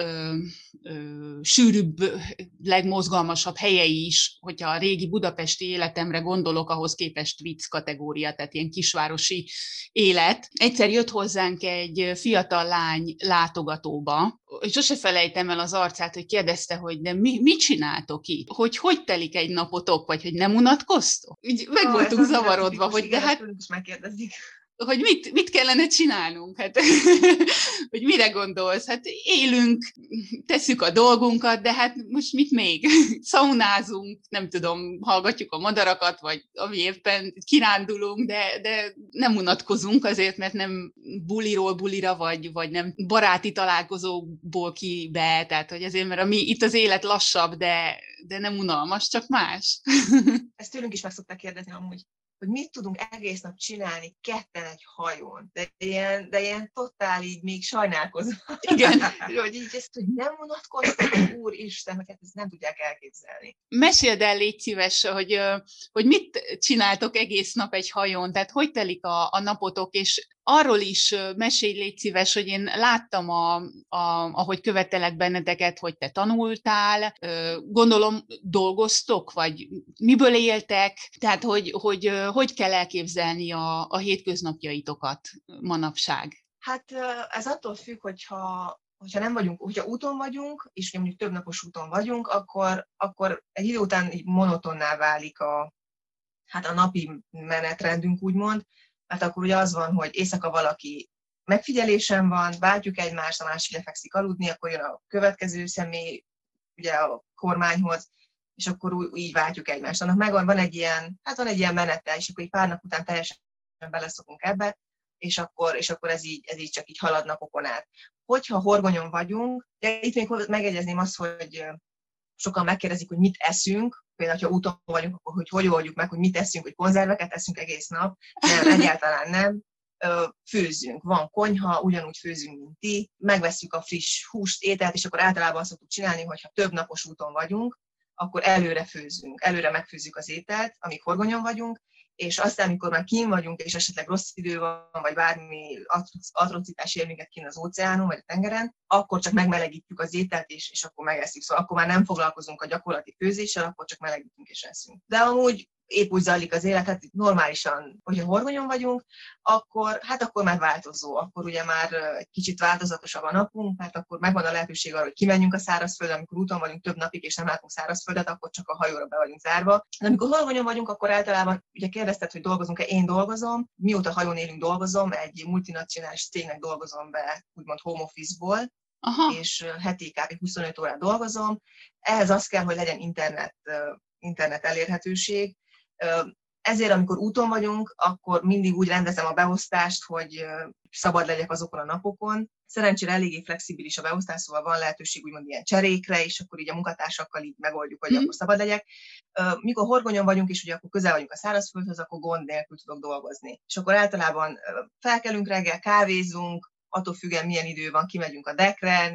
legsűrűbb, legmozgalmasabb helyei is, hogyha a régi budapesti életemre gondolok, ahhoz képest vicc kategória, tehát ilyen kisvárosi élet. Egyszer jött hozzánk egy fiatal lány látogatóba, és sose felejtem el az arcát, hogy kérdezte, hogy de mit csináltok itt? Hogy telik egy napotok, vagy hogy nem unatkoztok? Úgy meg voltunk zavarodva, hogy de hát... megkérdezik. Hogy mit kellene csinálnunk, hát, hogy mire gondolsz? Hát élünk, tesszük a dolgunkat, de hát most mit még? Szaunázunk, nem tudom, hallgatjuk a madarakat, vagy ami éppen kirándulunk, de nem unatkozunk azért, mert nem buliról bulira, vagy nem baráti találkozóból kibe, tehát hogy azért, mert itt az élet lassabb, de nem unalmas, csak más. Ezt tőlünk is meg szokták kérdezni amúgy, hogy mit tudunk egész nap csinálni ketten egy hajón, de ilyen totál így még sajnálkozva. Igen. Hogy így ezt, hogy nem unatkoztak, úristen, hogy ezt nem tudják elképzelni. Meséld el, légy szíves, hogy mit csináltok egész nap egy hajón, tehát hogy telik a napotok, és arról is mesélj, légy szíves, hogy én láttam, ahogy követelek benneteket, hogy te tanultál, gondolom dolgoztok, vagy miből éltek, tehát hogy kell elképzelni a hétköznapjaitokat manapság? Hát ez attól függ, hogyha nem vagyunk, hogyha úton vagyunk, és mondjuk több napos úton vagyunk, akkor egy idő után így monotonná válik a napi menetrendünk, úgymond, mert akkor ugye az van, hogy éjszaka valaki megfigyelésen van, váltjuk egymást, a másik lefekszik aludni, akkor jön a következő személy ugye a kormányhoz, és akkor így váltjuk egymást. Annak van egy ilyen menete, és akkor egy pár nap után teljesen beleszokunk ebbe, és akkor ez így csak így halad napokon át. Hogyha horgonyon vagyunk, de itt még megegyezném azt, hogy sokan megkérdezik, hogy mit eszünk, például, ha úton vagyunk, akkor hogy oldjuk meg, hogy mit eszünk, hogy konzerveket eszünk egész nap. Nem, egyáltalán nem. Főzzünk, van konyha, ugyanúgy főzünk, mint ti, megvesszük a friss húst, ételt, és akkor általában azt szoktuk csinálni, hogy ha több napos úton vagyunk, akkor előre főzünk, előre megfőzzük az ételt, amíg horgonyon vagyunk, és aztán, amikor már kín vagyunk, és esetleg rossz idő van, vagy bármi atrocitás ér minket kín az óceánon, vagy a tengeren, akkor csak megmelegítjük az ételt, és akkor megesszük. Szóval akkor már nem foglalkozunk a gyakorlati főzéssel, akkor csak melegítünk és eszünk. De amúgy épp úgy zajlik az élet, hát normálisan, hogyha horgonyon vagyunk, akkor már változó, akkor ugye már egy kicsit változatosabb a napunk, mert akkor megvan a lehetőség arra, hogy kimenjünk a szárazföldre, amikor úton vagyunk több napig, és nem látunk szárazföldet, akkor csak a hajóra be vagyunk zárva. De amikor horgonyon vagyunk, akkor általában, ugye kérdezted, hogy dolgozunk-e, én dolgozom, mióta hajón élünk dolgozom, egy multinacionális cégnek dolgozom be, úgymond home office-ból, és heti kb. 25 órát dolgozom. Ehhez az kell, hogy legyen internet elérhetőség. Ezért, amikor úton vagyunk, akkor mindig úgy rendezem a beosztást, hogy szabad legyek azokon a napokon. Szerencsére eléggé flexibilis a beosztás, szóval van lehetőség úgymond ilyen cserékre, és akkor így a munkatársakkal így megoldjuk, hogy akkor szabad legyek. Mikor horgonyon vagyunk, és ugye akkor közel vagyunk a szárazföldhöz, akkor gond nélkül tudok dolgozni. És akkor általában felkelünk reggel, kávézunk, attól függően milyen idő van, kimegyünk a deckre,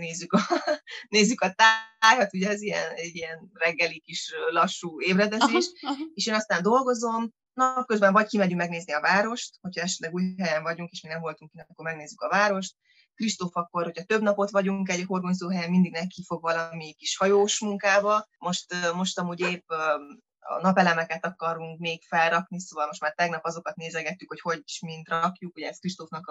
nézzük a tájat, ugye ez egy ilyen reggeli kis lassú ébredezés, és én aztán dolgozom, napközben vagy kimegyünk megnézni a várost, hogyha esetleg új helyen vagyunk, és mi nem voltunk ki, akkor megnézzük a várost. Kristóf akkor, hogyha több napot vagyunk egy horgonyzó helyen, mindig neki fog valami kis hajós munkába. Most amúgy épp a napelemeket akarunk még felrakni, szóval most már tegnap azokat nézegettük, hogy mint rakjuk, ugye ez Kristófnak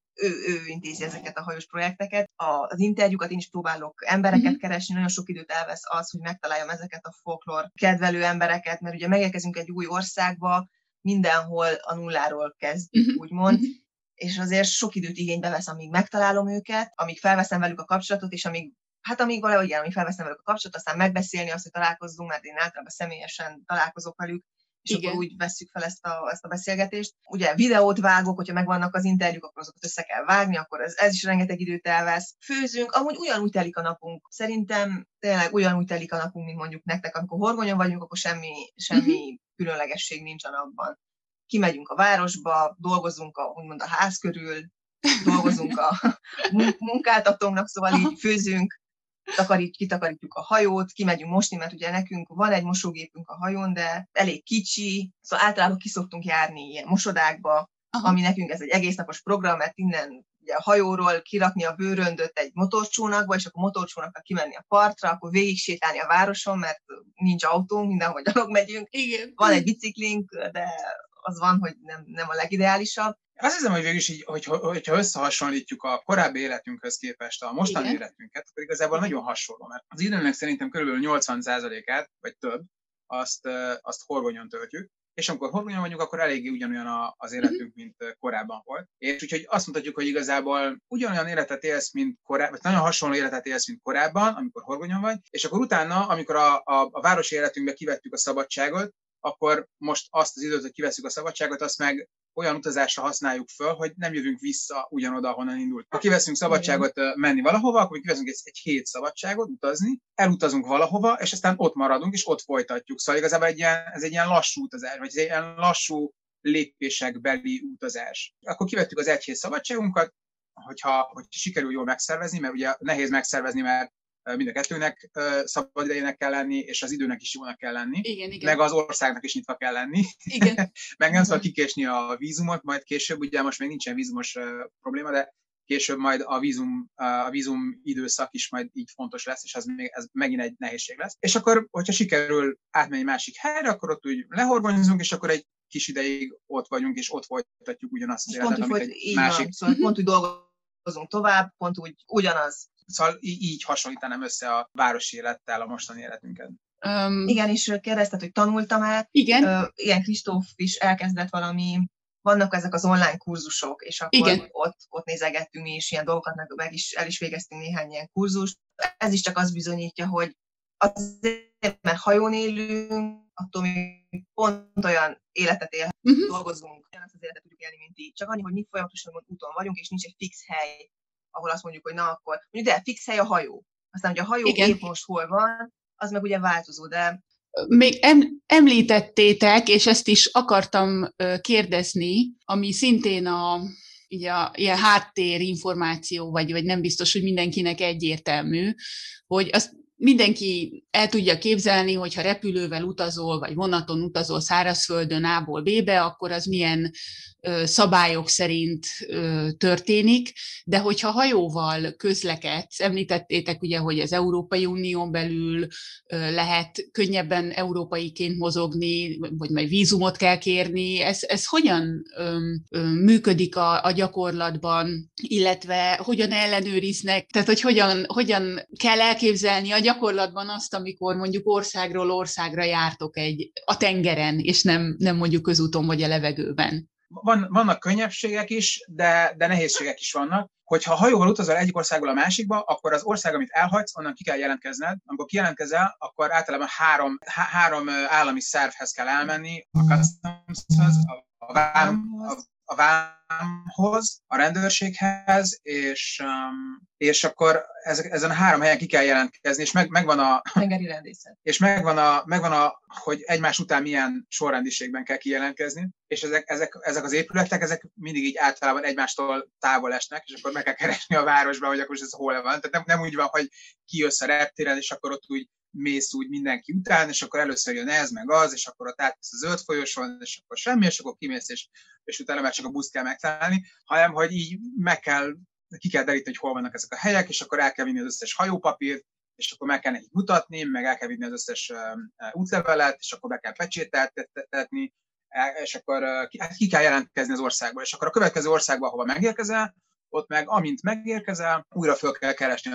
ő intézi ezeket a hajós projekteket. Az interjúkat én is próbálok embereket keresni, nagyon sok időt elvesz az, hogy megtaláljam ezeket a folklór kedvelő embereket, mert ugye megérkezünk egy új országba, mindenhol a nulláról kezdjük, úgymond, és azért sok időt igénybe vesz, amíg megtalálom őket, amíg felveszem velük a kapcsolatot, és amíg valahogy igen, amíg felveszem velük a kapcsolatot, aztán megbeszélni azt, hogy találkozzunk, mert én általában személyesen találkozok velük, és igen. Akkor úgy vesszük fel ezt a beszélgetést. Ugye videót vágok, hogyha megvannak az interjúk, akkor azokat össze kell vágni, akkor ez is rengeteg időt elvesz. Főzünk, amúgy ugyanúgy telik a napunk. Szerintem tényleg ugyanúgy telik a napunk, mint mondjuk nektek, amikor horgonyon vagyunk, akkor semmi különlegesség nincs a napban. Kimegyünk a városba, dolgozunk úgymond a ház körül, dolgozunk a munkáltatónknak, szóval így főzünk, kitakarítjuk a hajót, kimegyünk mosni, mert ugye nekünk van egy mosógépünk a hajón, de elég kicsi, szóval általában ki szoktunk járni ilyen mosodákba, ami nekünk ez egy egész napos program, mert innen ugye a hajóról kirakni a bőröndöt egy motorcsónakba, és akkor motorcsónakkal kimenni a partra, akkor végig sétálni a városon, mert nincs autónk, mindenhol gyalog megyünk. Igen. Van egy biciklink, de az van, hogy nem a legideálisabb. Azt hiszem, hogy végülis így, hogyha összehasonlítjuk a korábbi életünkhöz képest a mostani életünket, akkor igazából nagyon hasonló, mert az időnek szerintem kb. 80%-át, vagy több, azt horgonyon töltjük, és amikor horgonyon vagyunk, akkor eléggé ugyanolyan az életünk, mint korábban volt. És úgyhogy azt mondhatjuk, hogy igazából ugyanolyan életet élsz, mint korábban, vagy nagyon hasonló életet élsz, mint korábban, amikor horgonyon vagy, és akkor utána, amikor a városi életünkbe kivettük a szabadságot, akkor most azt az időt, hogy kiveszünk a szabadságot, azt meg olyan utazásra használjuk föl, hogy nem jövünk vissza ugyanoda, ahonnan indult. Ha kiveszünk szabadságot menni valahova, akkor kiveszünk egy hét szabadságot utazni, elutazunk valahova, és aztán ott maradunk, és ott folytatjuk. Szóval igazából ez egy ilyen lassú utazás, vagy egy ilyen lassú lépésekbeli utazás. Akkor kivettük az egy hét szabadságunkat, hogyha sikerül jól megszervezni, mert ugye nehéz megszervezni, mert mind a kettőnek szabad idejének kell lenni, és az időnek is jónak kell lenni. Igen. Meg az országnak is nyitva kell lenni. Igen. Meg nem szabad kikésni a vízumot, majd később, ugye most még nincsen vízumos probléma, de később majd a vízum időszak is majd így fontos lesz, és ez megint egy nehézség lesz. És akkor, hogyha sikerül átmenni másik helyre, akkor ott úgy lehorgonyzunk, és akkor egy kis ideig ott vagyunk, és ott folytatjuk ugyanazt az életet, amit egy másik. Szóval pont úgy dolgozunk tovább, pont úgy ugyanaz. Szóval így hasonlítanám össze a városi élettel a mostani életünket. Igen, és kérdezted, hogy tanultam-e. Igen. Igen, Kristóf is elkezdett vannak ezek az online kurzusok, és akkor ott nézegettünk mi is ilyen dolgokat, el is végeztünk néhány ilyen kurzust. Ez is csak azt bizonyítja, hogy azért, mert hajón élünk, attól mi pont olyan életet élhetünk, dolgozunk, ugyanazt az életet tudjuk élni, mint így. Csak annyi, hogy mi folyamatosan úton vagyunk, és nincs egy fix hely, ahol azt mondjuk, hogy na akkor, mondjuk de fix hely a hajó. Aztán, hogy a hajó épp most hol van, az meg ugye változó, de... Még említettétek, és ezt is akartam kérdezni, ami szintén ilyen háttérinformáció, vagy nem biztos, hogy mindenkinek egyértelmű, hogy azt mindenki el tudja képzelni, hogy ha repülővel utazol, vagy vonaton utazol szárazföldön A-ból B-be, akkor az milyen szabályok szerint történik, de hogyha hajóval közlekedsz, említettétek ugye, hogy az Európai Unión belül lehet könnyebben európaiként mozogni, vagy majd vízumot kell kérni, ez hogyan működik a gyakorlatban, illetve hogyan ellenőriznek, tehát hogy hogyan kell elképzelni a gyakorlatban azt, amikor mondjuk országról országra jártok a tengeren, és nem mondjuk közúton vagy a levegőben. Vannak könnyebbségek is, de nehézségek is vannak. Hogyha hajóval utazol egyik országból a másikba, akkor az ország, amit elhagysz, onnan ki kell jelentkezned. Amikor kijelentkezel, akkor általában három állami szervhez kell elmenni, a Customshoz, a vámhoz, a rendőrséghez, és akkor ezen a 3 helyen ki kell jelentkezni, és megvan a tengeri rendészet. És megvan a, hogy egymás után milyen sorrendiségben kell kijelentkezni, és ezek az épületek, ezek mindig így általában egymástól távol esnek, és akkor meg kell keresni a városban, hogy akkor ez hol van. Tehát nem úgy van, hogy kijössz a reptéren, és akkor ott úgy mész úgy mindenki után, és akkor először jön ez, meg az, és akkor ott átmész a zöld folyosón, és akkor semmi, és akkor kimész, és utána már csak a buszt kell megtalálni, hanem hogy így ki kell deríteni, hogy hol vannak ezek a helyek, és akkor el kell vinni az összes hajópapírt, és akkor meg kell nekik mutatni, meg el kell vinni az összes útlevelet, és akkor be kell pecsételtetni, és akkor ki kell jelentkezni az országba. És akkor a következő országba, ahova megérkezel, ott meg amint megérkezel, újra föl kell keresni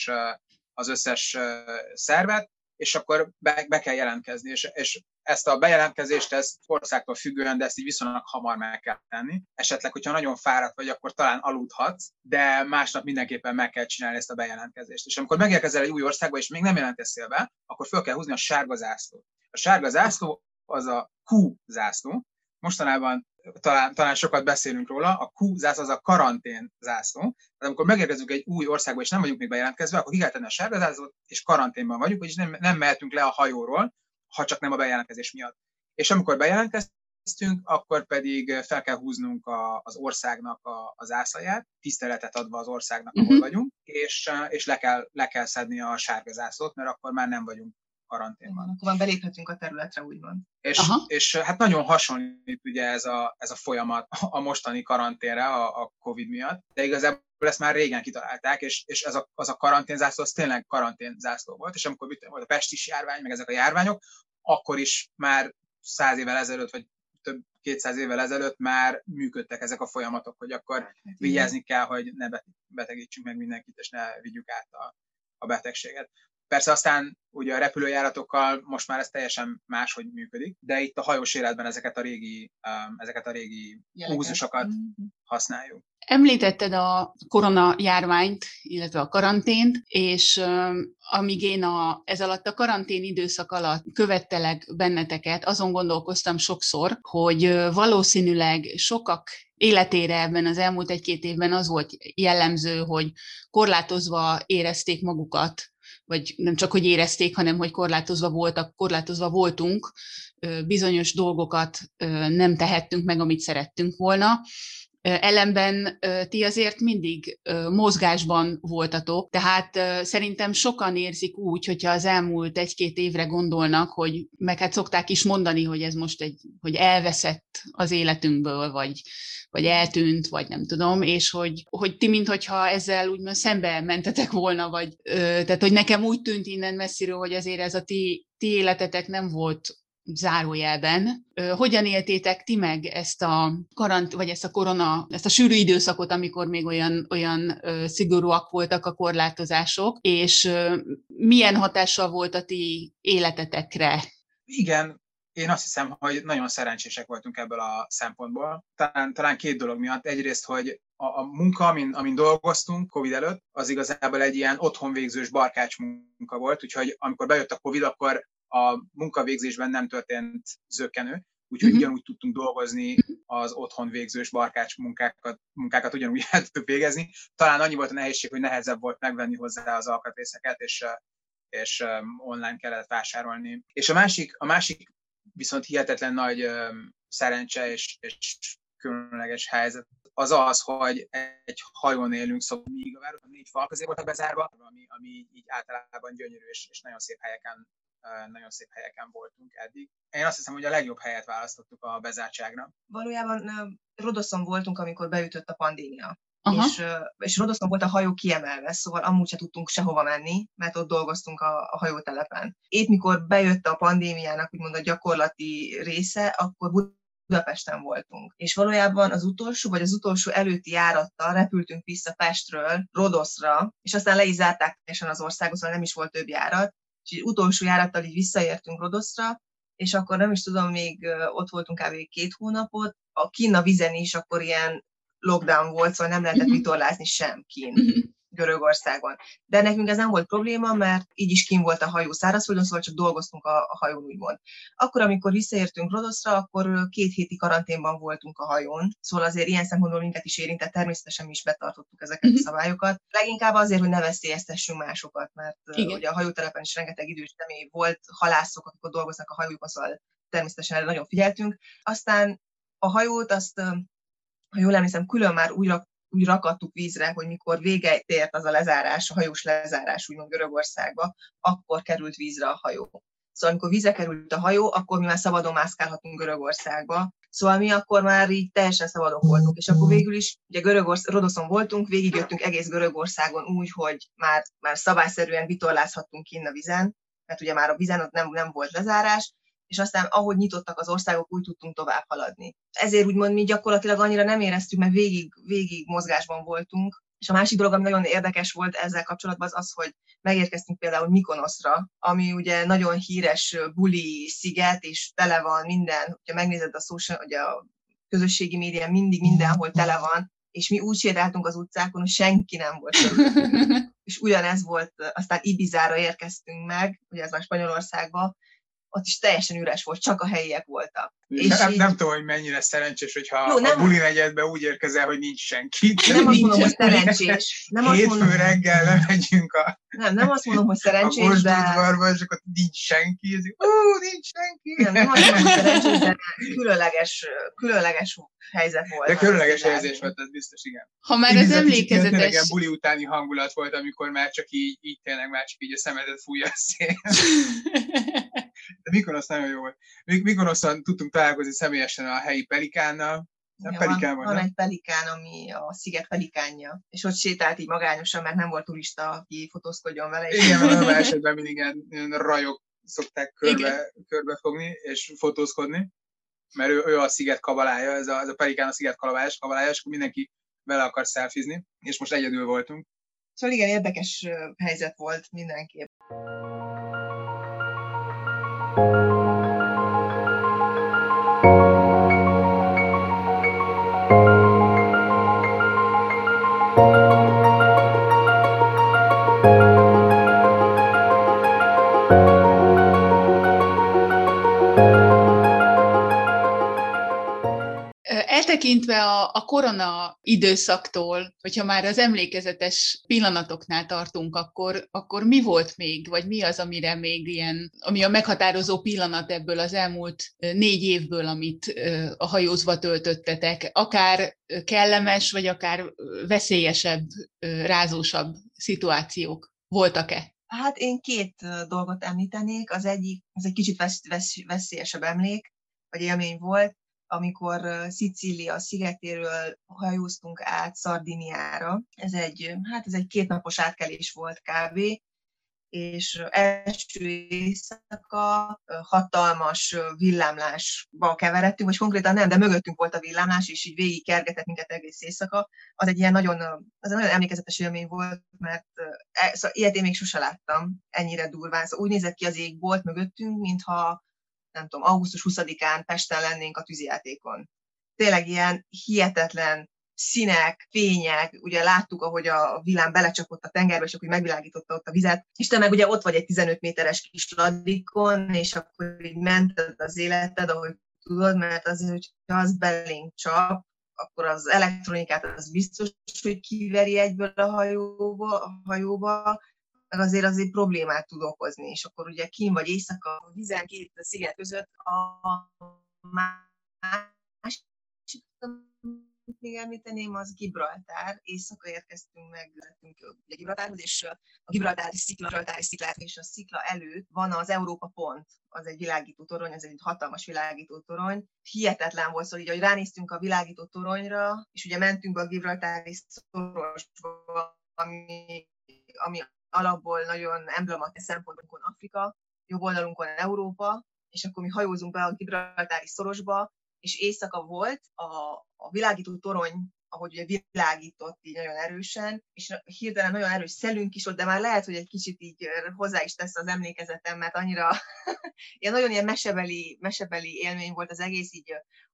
az összes szervet, és akkor be kell jelentkezni. És ezt a bejelentkezést, ezt országtól függően, de ezt így viszonylag hamar meg kell tenni. Esetleg, hogyha nagyon fáradt vagy, akkor talán aludhatsz, de másnap mindenképpen meg kell csinálni ezt a bejelentkezést. És amikor megérkezel egy új országba, és még nem jelentkeztél be, akkor föl kell húzni a sárga zászlót. A sárga zászló az a Q zászló. Mostanában talán sokat beszélünk róla, a Q zászló az a karantén zászló. Tehát amikor megérkezünk egy új országba, és nem vagyunk még bejelentkezve, akkor ki kell tenni a sárga zászlót, és karanténban vagyunk, vagyis nem mehetünk le a hajóról, ha csak nem a bejelentkezés miatt. És amikor bejelentkeztünk, akkor pedig fel kell húznunk az országnak a zászlaját, tiszteletet adva az országnak, ahol vagyunk, és le kell szedni a sárga zászlót, mert akkor már nem vagyunk karanténban. Akkor már beléphetünk a területre, úgymond. És hát nagyon hasonlít ugye ez a folyamat a mostani karanténre a Covid miatt, de igazából ezt már régen kitalálták, és az a karanténzászló, az tényleg karanténzászló volt, és amikor volt a pestis járvány, meg ezek a járványok, akkor is már 100 évvel ezelőtt, vagy több 200 évvel ezelőtt már működtek ezek a folyamatok, hogy akkor vigyázni kell, hogy ne betegítsünk meg mindenkit, és ne vigyük át a betegséget. Persze aztán ugye a repülőjáratokkal most már ez teljesen máshogy működik, de itt a hajós életben ezeket a régi úzusokat használjuk. Említetted a koronajárványt, illetve a karantént, és amíg én ez alatt a karantén időszak alatt követtelek benneteket, azon gondolkoztam sokszor, hogy valószínűleg sokak életére ebben az elmúlt 1-2 évben az volt jellemző, hogy korlátozva érezték magukat, vagy nem csak, hogy érezték, hanem hogy korlátozva voltunk, bizonyos dolgokat nem tehettünk meg, amit szerettünk volna. Ellenben ti azért mindig mozgásban voltatok, tehát szerintem sokan érzik úgy, hogyha az elmúlt 1-2 évre gondolnak, hogy meg hát szokták is mondani, hogy ez most hogy elveszett az életünkből, vagy eltűnt, vagy nem tudom, és hogy ti minthogyha ezzel úgymond szembe mentetek volna, vagy tehát hogy nekem úgy tűnt innen messziről, hogy azért ez a ti életetek nem volt zárójelben. Hogyan éltétek ti meg ezt a sűrű időszakot, amikor még olyan szigorúak voltak a korlátozások, és milyen hatással volt a ti életetekre? Igen, én azt hiszem, hogy nagyon szerencsések voltunk ebből a szempontból. Talán két dolog miatt. Egyrészt, hogy a munka, amin dolgoztunk Covid előtt, az igazából egy ilyen otthonvégzős barkács munka volt, úgyhogy amikor bejött a Covid, akkor a munkavégzésben nem történt zökkenő, úgyhogy ugyanúgy tudtunk dolgozni, az otthon végzős barkács munkákat ugyanúgy el tudtuk végezni. Talán annyi volt a nehézség, hogy nehezebb volt megvenni hozzá az alkatrészeket, és online kellett vásárolni. És a másik viszont hihetetlen nagy szerencse és különleges helyzet az az, hogy egy hajón élünk, szóval míg a város 4 fal közé voltak bezárva, ami így általában gyönyörű és nagyon szép helyeken voltunk eddig. Én azt hiszem, hogy a legjobb helyet választottuk a bezártságra. Valójában Rodoszon voltunk, amikor beütött a pandémia. És Rodoszon volt a hajó kiemelve, szóval amúgy se tudtunk sehova menni, mert ott dolgoztunk a hajótelepen. Épp mikor bejött a pandémiának úgymond a gyakorlati része, akkor Budapesten voltunk. És valójában az utolsó előtti járattal repültünk vissza Pestről Rodoszra, és aztán le is zárták teljesen az országot, szóval nem is volt több járat. És utolsó járattal így visszaértünk Rodoszra, és akkor nem is tudom, még ott voltunk kb. 2 hónapot. A kinn a vizen is akkor ilyen lockdown volt, szóval nem lehetett vitorlázni sem kint Görögországon. De nekünk ez nem volt probléma, mert így is kint volt a hajó szárazföldön, szóval csak dolgoztunk a hajón, úgymond. Akkor, amikor visszaértünk Rodoszra, akkor 2 héti karanténban voltunk a hajón, szóval azért ilyen szempontból minket is érintett, természetesen mi is betartottuk ezeket a szabályokat. Leginkább azért, hogy ne veszélyeztessünk másokat, mert ugye a hajótelepen is rengeteg idős személy volt, halászok, akik ott dolgoznak a hajójukon, szóval természetesen erre nagyon figyeltünk. Aztán a hajót azt, ha jól emlékszem, külön már úgy rakadtuk vízre, hogy mikor véget ért az a lezárás, a hajós lezárás úgymond Görögországba, akkor került vízre a hajó. Szóval amikor vízre került a hajó, akkor mi már szabadon mászkálhatunk Görögországba. Szóval mi akkor már így teljesen szabadok voltunk. És akkor végül is, ugye Rodoszon voltunk, végigjöttünk egész Görögországon úgy, hogy már szabályszerűen vitorlázhattunk kinn a vizen, mert ugye már a vizen ott nem volt lezárás, és aztán ahogy nyitottak az országok, úgy tudtunk tovább haladni. Ezért úgymond mi gyakorlatilag annyira nem éreztük, mert végig mozgásban voltunk. És a másik dolog, ami nagyon érdekes volt ezzel kapcsolatban, az, hogy megérkeztünk például Mykonoszra, ami ugye nagyon híres buli sziget, és tele van minden, hogyha megnézed a közösségi médián, mindig mindenhol tele van, és mi úgy sétáltunk az utcákon, hogy senki nem volt körülöttünk. És ugyanez volt, aztán Ibizára érkeztünk meg, ugye ez már Spanyolországba, ott is teljesen üres volt, csak a helyiek voltak. És nem tudom, hogy mennyire szerencsés, hogyha a buli negyedbe úgy érkezel, hogy nincs senki. Nem azt mondom, hogy szerencsés. Hétfő reggel lemegyünk nem azt mondom, hogy szerencsés, de... A udvarba, és akkor nincs senki. Nincs senki. Nem azt mondom, hogy szerencsés, de különleges helyzet volt. De különleges helyzet volt, ez biztos, igen. Ha már az emlékezetes... Tényleg buli utáni hangulat volt, amikor már csak így tényleg már csak így a szemedet fújja a szél. De Mykonosz nagyon jó volt. Mykonoszon tudtunk találkozni személyesen a helyi pelikánnal. Van egy pelikán, ami a sziget pelikánja, és ott sétált így magányosan, mert nem volt turista, aki fotózkodjon vele. Igen, a esetben mindig ilyen rajok szokták körbefogni és fotózkodni, mert ő a sziget kabalája, ez a pelikán a sziget kabalája, és akkor mindenki vele akar szelfizni, és most egyedül voltunk. Szóval igen, érdekes helyzet volt mindenképp. Eltekintve a korona időszaktól, hogyha már az emlékezetes pillanatoknál tartunk, akkor mi volt még, vagy mi az, amire még ami a meghatározó pillanat ebből az elmúlt 4 évből, amit a hajózva töltöttetek, akár kellemes, vagy akár veszélyesebb, rázósabb szituációk voltak-e? Hát én 2 dolgot említenék. Az egyik, ez egy kicsit veszélyesebb emlék, vagy élmény volt, amikor Szicília szigetéről hajóztunk át Szardiniára. Ez egy 2 napos átkelés volt kb. És első éjszaka hatalmas villámlásba keveredtünk, vagy konkrétan nem, de mögöttünk volt a villámlás, és így végig kergetett minket egész éjszaka. Az egy nagyon emlékezetes élmény volt, mert szóval ilyet én még sose láttam, ennyire durván. Szóval úgy nézett ki az égbolt mögöttünk, mintha nem tudom, augusztus 20-án Pesten lennénk a tűzijátékon. Tényleg ilyen hihetetlen színek, fények, ugye láttuk, ahogy a villám belecsapott a tengerbe, és akkor megvilágította ott a vizet, és te meg ugye ott vagy egy 15 méteres kis ladikon, és akkor így mented az életed, ahogy tudod, mert azért, hogyha az belénk csap, akkor az elektronikát az biztos, hogy kiveri egyből a hajóba, meg azért problémát tud okozni, és akkor ugye kín vagy éjszaka a vizen két sziget között a másik, még említeném, az Gibraltár. Éjszaka érkeztünk meg ugye Gibraltárhoz, és a Gibraltári sziklát, és a szikla előtt van az Európa Pont, az egy világító torony, ez egy hatalmas világító torony. Hihetetlen volt, szóval így, hogy ránéztünk a világító toronyra, és ugye mentünk be a Gibraltári szorosba, ami alapból nagyon emblematikus szempontból Afrika, jobb oldalunkon Európa, és akkor mi hajózunk be a Gibraltári szorosba, és éjszaka volt a világító torony, ahogy ugye világított így nagyon erősen, és hirtelen nagyon erős szelünk is volt, de már lehet, hogy egy kicsit így hozzá is tesz az emlékezetem, mert annyira nagyon ilyen mesebeli élmény volt az egész, így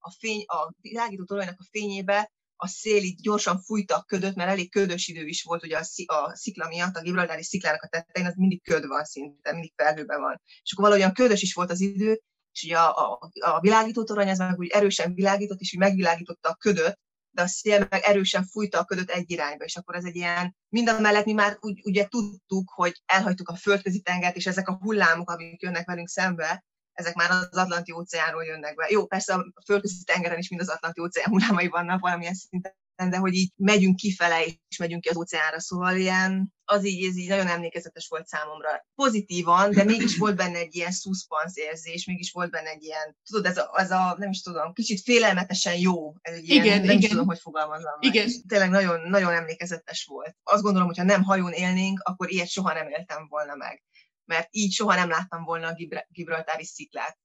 a világító toronynak a fényébe a szél így gyorsan fújta a ködöt, mert elég ködös idő is volt, ugye a szikla miatt, a Gibraltári sziklának a tetején, az mindig köd van szinte, mindig felhőben van. És akkor valahogyan ködös is volt az idő, és ugye a világítótorony az meg úgy erősen világított, és úgy megvilágította a ködöt, de a szél meg erősen fújta a ködöt egy irányba, és akkor ez egy ilyen, mindamellett mi már ugye tudtuk, hogy elhagytuk a földközi tengert, és ezek a hullámok, amik jönnek velünk szembe, ezek már az Atlanti óceánról jönnek be. Jó, persze a földközi tengeren is mind az Atlanti óceán hullámai vannak valamilyen szinten, de hogy így megyünk kifele, és megyünk ki az óceánra, szóval ilyen, ez így nagyon emlékezetes volt számomra. Pozitívan, de mégis volt benne egy ilyen szuszpansz érzés, mégis volt benne egy ilyen, tudod, ez a nem is tudom, kicsit félelmetesen jó, ez egy ilyen, igen, nem is tudom, hogy fogalmazom meg. Igen. Tényleg nagyon, nagyon emlékezetes volt. Azt gondolom, hogy ha nem hajón élnénk, akkor ilyet soha nem éltem volna meg. Mert így soha nem láttam volna a Gibraltári sziklát.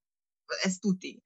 Ez tuti.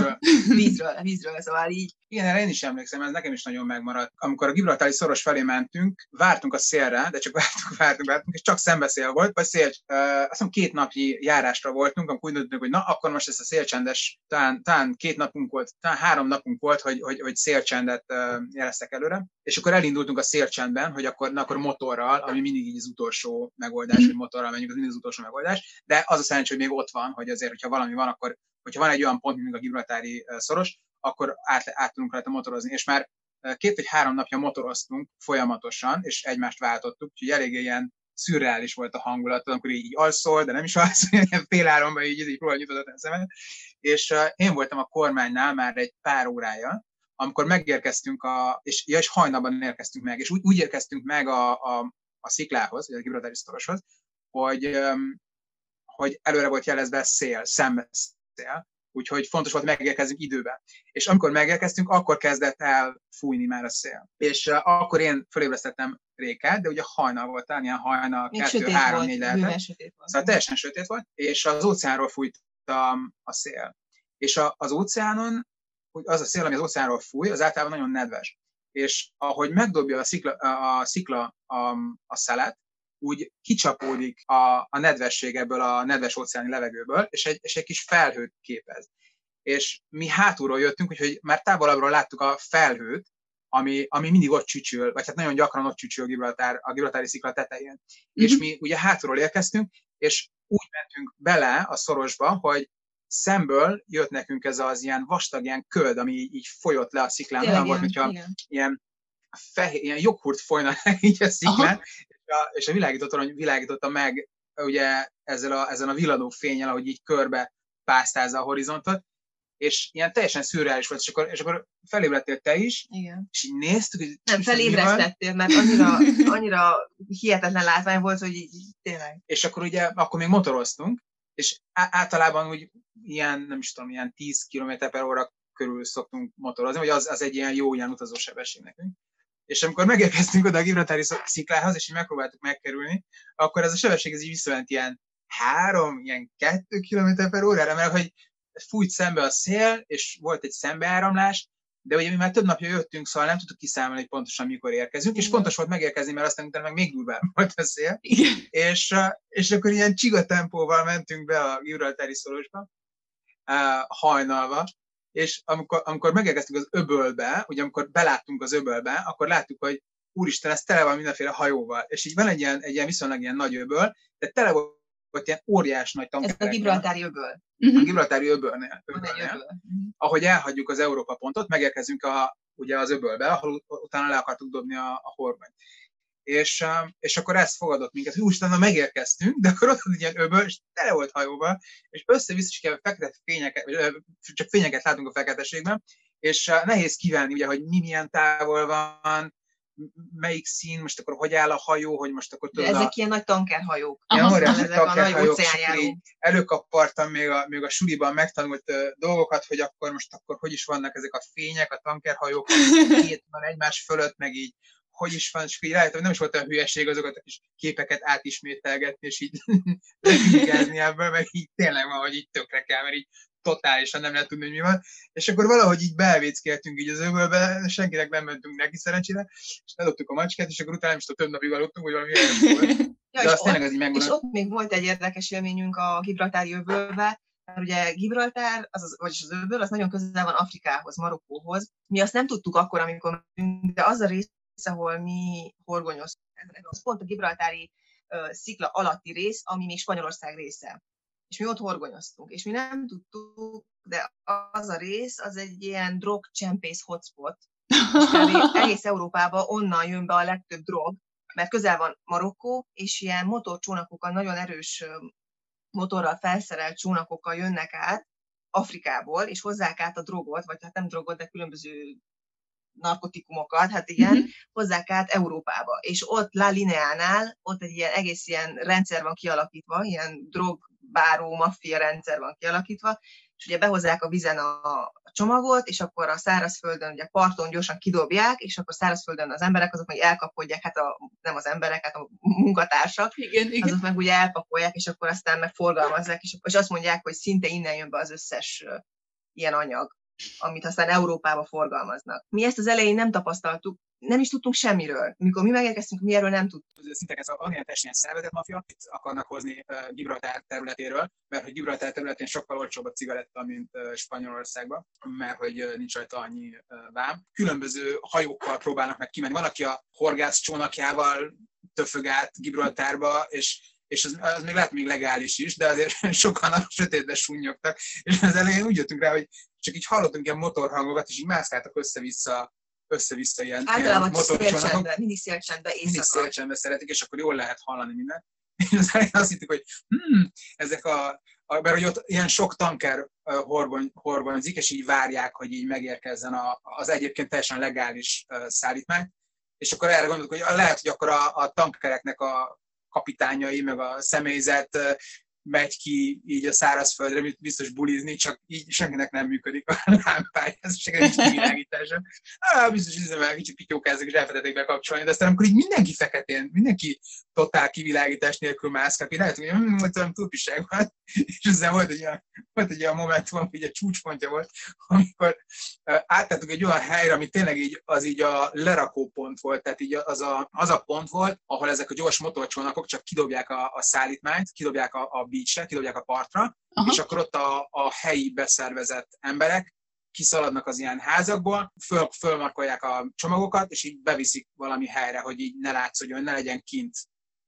Vízről, szóval így. Igen, erre én is emlékszem, ez nekem is nagyon megmaradt. Amikor a Gibraltári szoros felé mentünk, vártunk a szélre, de csak vártunk, és csak szembeszél volt, vagy szél, azt hiszem 2 napnyi járásra voltunk, amikor úgy döntöttünk, hogy na, akkor most ezt a szélcsendes, talán 2 napunk volt, talán 3 napunk volt, hogy szélcsendet jeleztek előre, és akkor elindultunk a szélcsendben, hogy akkor motorral, ami mindig így az utolsó megoldás, hogy motorral menjünk, az mindig az utolsó megoldás, de az a szerencsé, hogy még ott van, hogy azért, hogyha valami van, akkor hogyha van egy olyan pont, mint a Gibraltári szoros, akkor át tudunk rajta motorozni. És már 2 vagy 3 napja motoroztunk folyamatosan, és egymást váltottuk, úgyhogy eléggé ilyen szürreális volt a hangulat, amikor így alszol, de nem is alszol, ilyen fél álomban így próbál nyitogatni a szemet. És én voltam a kormánynál már egy pár órája, amikor megérkeztünk, és hajnalban érkeztünk meg, és úgy érkeztünk meg a sziklához, vagy a Gibraltári szoroshoz, hogy előre volt jelezve szembe szél, úgyhogy fontos volt megérkezzünk időben. És amikor megérkeztünk, akkor kezdett el fújni már a szél. És akkor én fölébresztettem Rékát, de ugye hajnal volt, ilyen hajnal 2-3-4 lehetett. Szóval teljesen sötét volt, és az óceánról fújt a szél. És az óceánon, az a szél, ami az óceánról fúj, az általában nagyon nedves. És ahogy megdobja a szikla a szelet, úgy kicsapódik a nedvesség ebből a nedves óceáni levegőből, és egy kis felhőt képez. És mi hátulról jöttünk, úgyhogy már távolabbról láttuk a felhőt, ami mindig ott csücsül, vagy hát nagyon gyakran ott csücsül a Gibraltári szikla tetején. Mm-hmm. És mi ugye hátulról érkeztünk, és úgy mentünk bele a szorosba, hogy szemből jött nekünk ez az ilyen vastag, ilyen köd, ami így folyott le a sziklán. Olyan volt, mintha ilyen joghurt folyna így a sziklán, és a világító torony világította meg ugye ezen a villanó fénnyel, ahogy így körbe pásztázza a horizontot, és ilyen teljesen szürreális volt, és akkor felébredtél te is, igen. És így néztük, hogy nem, felébresztettél, mert annyira hihetetlen látvány volt, hogy így tényleg. És akkor ugye, akkor még motoroztunk, és általában úgy ilyen, nem is tudom, ilyen 10 km/h körül szoktunk motorozni, vagy az egy ilyen jó ilyen utazósebesség nekünk. És amikor megérkeztünk oda a Gibraltári sziklához, és így megpróbáltuk megkerülni, akkor ez a sebesség így visszament ilyen 2 km/h, mert hogy fújt szembe a szél, és volt egy szembeáramlás, de ugye mi már több napja jöttünk, szóval nem tudtuk kiszámolni, hogy pontosan mikor érkezünk, és fontos volt megérkezni, mert aztán utána meg még durvább volt a szél. És akkor ilyen csiga tempóval mentünk be a Gibraltári szorosba, hajnalva, és amikor megérkeztünk az öbölbe, ugye amikor beláttunk az öbölbe, akkor láttuk, hogy úristen, ez tele van mindenféle hajóval. És így van egy ilyen viszonylag ilyen nagy öböl, de tele volt ilyen óriás nagy tankerek. Ez a Gibraltári öböl. A Gibraltári öbölnél. Ahogy elhagyjuk az Európa pontot, megérkezünk ugye az öbölbe, ahol utána le akartuk dobni a horgonyt. És akkor ezt fogadott minket, hogy utána megérkeztünk, de akkor ott egy ilyen öböl, és tele volt hajóval, és össze-vissza fekete fényeket, csak fényeket látunk a feketeségben, és nehéz kivenni, ugye, hogy milyen távol van, melyik szín, most akkor hogy áll a hajó, hogy most akkor tudod. Ezek ilyen nagy tankerhajók. Ezek a nagy óceánjárók. Előkappartam még a suliban megtanult dolgokat, hogy akkor most akkor hogy is vannak ezek a fények, a tankerhajók, két van egymás fölött, meg így hogy is van, és így rájöttem, hogy nem is volt olyan hülyeség azokat a kis képeket átismételgetni, és így levigázni ebből, meg így tényleg van, hogy így tökre kell, mert így totálisan nem lehet tudni, hogy mi van. És akkor valahogy így bevéckéltünk így az öbölbe, senkinek nem mentünk neki szerencsére, és ledobtuk a macskát, és akkor utána is több napig aludtunk, hogy valami olyan volt. De azt tényleg az így megmondom. És ott még volt egy érdekes élményünk a Gibraltári öbölbe, mert ugye Gibraltár, vagyis az öböl, az nagyon közel van Afrikához, Marokkóhoz. Mi azt nem tudtuk akkor, amikor de az a rész, ahol mi horgonyoztunk, az pont a Gibraltári szikla alatti rész, ami még Spanyolország része. És mi ott horgonyoztunk, és mi nem tudtuk, de az a rész, az egy ilyen drogcsempész hotspot, és egész Európában onnan jön be a legtöbb drog, mert közel van Marokkó, és ilyen motorcsónakokkal, nagyon erős motorral felszerelt csónakokkal jönnek át Afrikából, és hozzák át a drogot, vagy hát nem drogot, de különböző narkotikumokat, hát igen, hozzák át Európába. És ott La Lineánál, ott egy ilyen egész ilyen rendszer van kialakítva, ilyen drogbáró, maffia rendszer van kialakítva, és ugye behozzák a vízen a csomagot, és akkor a szárazföldön, ugye parton gyorsan kidobják, és akkor szárazföldön az emberek azok meg elkapkodják, hát nem az emberek, hát a munkatársak, igen. Azok meg ugye elpakolják, és akkor aztán meg forgalmazzák, és azt mondják, hogy szinte innen jön be az összes ilyen anyag, amit aztán Európába forgalmaznak. Mi ezt az elején nem tapasztaltuk, nem is tudtunk semmiről. Mikor mi megérkeztünk, mi erről nem tudtunk. Szinte ez a ilyen szervezett mafia, itt akarnak hozni Gibraltár területéről, mert hogy Gibraltár területén sokkal olcsóbb a cigaretta, mint Spanyolországban, mert hogy nincs rajta annyi vám. Különböző hajókkal próbálnak meg kimenni. Van, aki a horgász csónakjával töfög át Gibraltárba, és az még lehet még legális is, de azért sokan a sötétbe sunnyogtak, és az elején úgy jöttünk rá, hogy csak így hallottunk ilyen motorhangokat, és így mászkáltak össze-vissza ilyen motorcsónakok. Mindig szélcsendben éjszaka. Mindig szélcsendben szeretik, és akkor jól lehet hallani mindent. És az elején azt hittük, hogy ezek mert hogy ott ilyen sok tanker horgonyzik, és így várják, hogy így megérkezzen az egyébként teljesen legális szállítmány. És akkor erre gondoltuk, hogy lehet, hogy akkor a tankereknek a kapitányai, meg a személyzet megy ki így a szárazföldre, biztos bulizni, csak így senkinek nem működik a lámpája, ez csak nincs kivilágítása. Biztos üzemel, kicsit pityókázzak, és elfelejtették bekapcsolni, de aztán amikor így mindenki feketén, mindenki totál kivilágítás nélkül mászkál, így lehet, hogy túlpiság van, és aztán volt egy olyan momentum, ami egy csúcspontja volt, amikor áttettük egy olyan helyre, ami tényleg így a lerakópont volt, tehát így az a pont volt, ahol ezek a gyors motorcsónakok csak kidobják a szállítmányt, kidobják a beachre, kidobják a partra, és akkor ott a helyi beszervezett emberek kiszaladnak az ilyen házakból, fölmarkolják a csomagokat, és így beviszik valami helyre, hogy így ne látszódjon, ne legyen kint.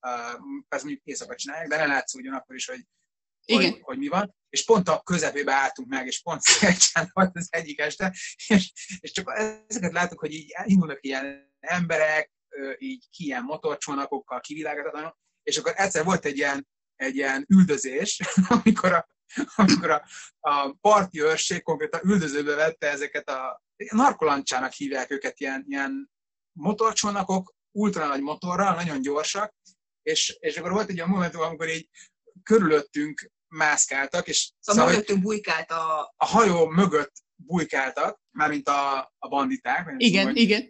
Ezt mondjuk éjszaka csinálják, de ne látszódjon akkor is, hogy mi van. És pont a közepébe álltunk meg, és pont szélcsán volt az egyik este, és csak ezeket láttuk, hogy így indulnak ilyen emberek, így ki ilyen motorcsónakokkal kivilágítatlanul, és akkor egyszer volt egy ilyen üldözés, amikor a parti őrség konkrétan üldözőbe vette ezeket a narkolancsának hívják őket, ilyen motorcsónakok, ultra nagy motorral, nagyon gyorsak, és akkor volt egy olyan momentum, amikor így körülöttünk mászkáltak, és szóval mögöttünk bujkált a hajó mögött bujkáltak, mármint a banditák. Igen.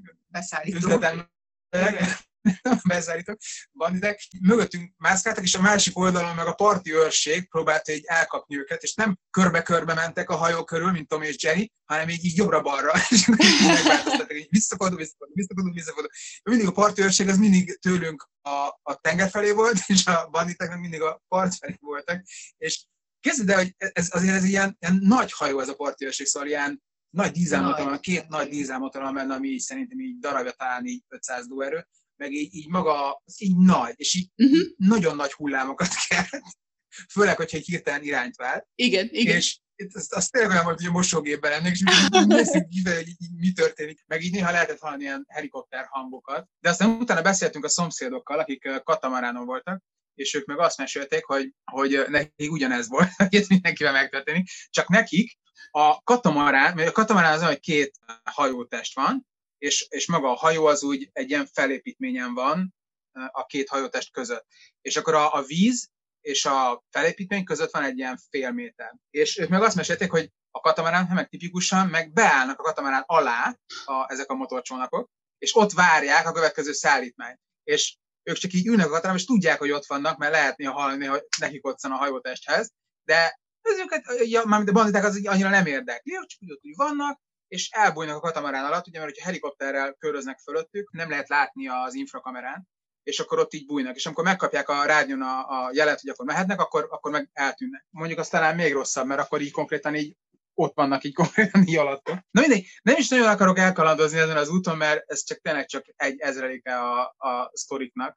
Beszállítók, banditek, mögöttünk mászkáltak, és a másik oldalon meg a parti őrség próbálta így elkapni őket, és nem körbe-körbe mentek a hajó körül, mint Tom és Jerry, hanem így jobbra-balra, és megváltoztattak, így visszafordul. Mindig a parti őrség az mindig tőlünk a tenger felé volt, és a banditek mindig a part felé voltak, és Képzeld el, hogy ez ilyen nagy hajó ez a partőrség, szóval ilyen nagy dízelmotor, két nagy dízelmotor benne, ami így szerintem így darabja talán így 500 lóerő, meg így maga, így nagy, és így nagyon nagy hullámokat kelt, főleg, hogyha egy hirtelen irányt vált. Igen. És az tényleg olyan volt, hogy a mosógépben lennék, és nézzük kivel, hogy mi történik. Meg így néha lehetett hallani ilyen helikopter hangokat. De aztán utána beszéltünk a szomszédokkal, akik katamaránon voltak, és ők meg azt mesélték, hogy nekik ugyanez volt, hogy mindenkivel megtörténik. Csak nekik a katamarán az olyan, hogy két hajótest van, és maga a hajó az úgy egy ilyen felépítményen van a két hajótest között. És akkor a víz és a felépítmény között van egy ilyen fél méter. És ők meg azt mesélték, hogy a katamarán, meg tipikusan, meg beállnak a katamarán alá ezek a motorcsónakok, és ott várják a következő szállítmányt. És ők csak így ülnek a katamarán, és tudják, hogy ott vannak, mert lehet néha hallani, hogy nekik ott van a hajótesthez, de őket, mármint a banditák az annyira nem érdekli, csak úgy ott vannak, és elbújnak a katamarán alatt, ugye, mert hogyha helikopterrel köröznek fölöttük, nem lehet látni az infrakamerán, és akkor ott így bújnak. És amikor megkapják a rádión a jelet, hogy akkor mehetnek, akkor meg eltűnnek. Mondjuk az talán még rosszabb, mert akkor így konkrétan így ott vannak így konkrétan így alattok. Na mindegy, nem is nagyon akarok elkalandozni ezen az úton, mert ez tényleg csak egy ezreléke a sztoriknak,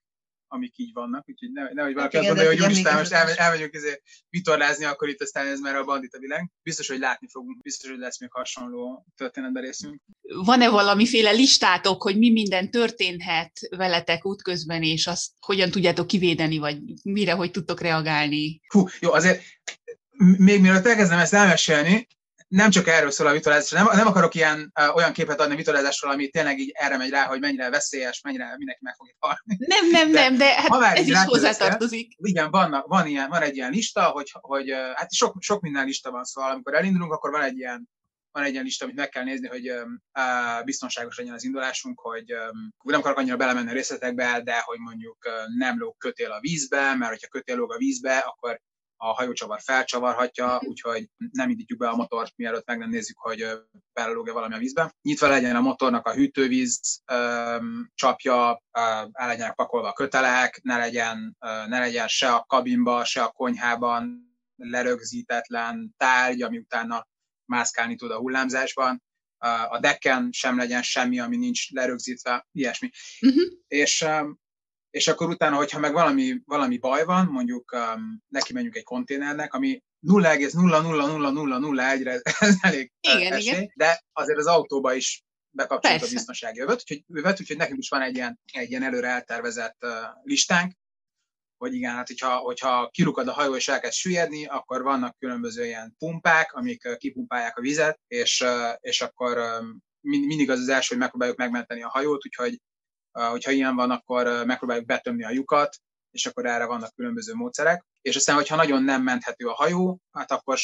amik így vannak, úgyhogy nehogy valaki azt mondja, hogy úristen, most elmegyünk vitorlázni, akkor itt aztán ez már a bandita világ. Biztos, hogy látni fogunk, biztos, hogy lesz még hasonló történetben részünk. Van-e valamiféle listátok, hogy mi minden történhet veletek útközben, és azt hogyan tudjátok kivédeni, vagy mire, hogy tudtok reagálni? Jó, azért még mielőtt elkezdem ezt elmesélni, nem csak erről szól a vitorlázás, nem akarok olyan képet adni a vitorlázásról, ami tényleg így erre megy rá, hogy mennyire veszélyes, mennyire mindenki meg fog itt halni. Nem, de hát ez is hozzátartozik. Igen, van egy ilyen lista, hogy hát sok minden lista van, szóval amikor elindulunk, akkor van egy ilyen lista, amit meg kell nézni, hogy biztonságos legyen az indulásunk, hogy nem akarok annyira belemenni a részletekbe, de hogy mondjuk nem lóg kötél a vízbe, mert hogyha kötél lóg a vízbe, akkor a hajócsavar felcsavarhatja, úgyhogy nem indítjuk be a motort, mielőtt meg nem nézzük, hogy belelóg-e valami a vízbe. Nyitva legyen a motornak a hűtővíz csapja, el legyenek pakolva a kötelek, ne legyen se a kabinban, se a konyhában lerögzítetlen tárgy, ami utána mászkálni tud a hullámzásban. A decken sem legyen semmi, ami nincs lerögzítve, ilyesmi. És akkor utána, hogyha meg valami baj van, mondjuk neki menjünk egy konténernek, ami 0,00001-re ez elég esély, de azért az autóba is bekapcsoljuk a biztonsági övet, úgyhogy nekünk is van egy ilyen előre eltervezett listánk, hogy igen, hát hogyha kirukad a hajó és elkezd süllyedni, akkor vannak különböző ilyen pumpák, amik kipumpálják a vizet, és akkor mindig az első, hogy megpróbáljuk megmenteni a hajót, úgyhogy hogyha ilyen van, akkor megpróbáljuk betömni a lyukat, és akkor erre vannak különböző módszerek. És aztán, hogyha nagyon nem menthető a hajó, hát akkor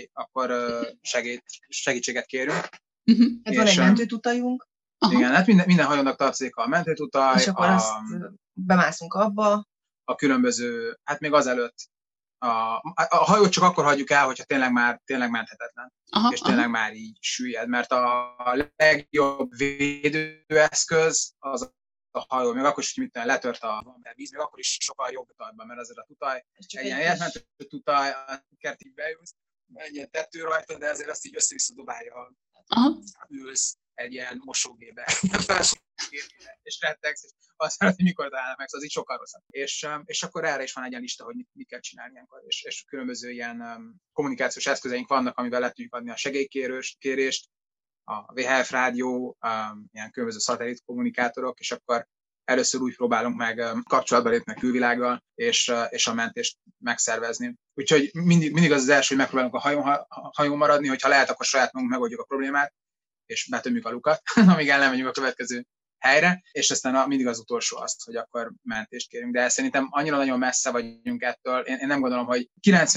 segítséget kérünk. Hát van egy mentőtutajunk. Igen, hát minden hajónak tartozik a mentőtutaj. És akkor azt bemászunk abba. A különböző, hát még azelőtt a hajót csak akkor hagyjuk el, hogyha tényleg menthetetlen. És tényleg már így süllyed, mert a legjobb védőeszköz az a hajó, még akkor is, hogy letört a víz, még akkor is sokkal jobb tutajban, mert azért a tutaj, egy ilyen értmentő tutaj, a kertig beülsz, egy ilyen tető rajta, de azért azt így össze-vissza dobálja, ülsz egy ilyen mosógébe, és rettegsz, és azt mondod, hogy mikor találnak meg, szóval az így sokkal rosszabb. És akkor erre is van egy ilyen lista, hogy mit kell csinálni ilyenkor, és különböző ilyen kommunikációs eszközeink vannak, amivel le tudjuk adni a segélykérést, a VHF rádió, ilyen különböző szatellit kommunikátorok, és akkor először úgy próbálunk meg kapcsolatba lépni a külvilággal, és a mentést megszervezni. Úgyhogy mindig az első, hogy megpróbálunk a hajón maradni, hogyha lehet, akkor saját magunk megoldjuk a problémát, és betömjük a lukat, amíg el nem megyünk a következő helyre, és aztán mindig az utolsó az, hogy akkor mentést kérünk. De szerintem annyira nagyon messze vagyunk ettől. Én nem gondolom, hogy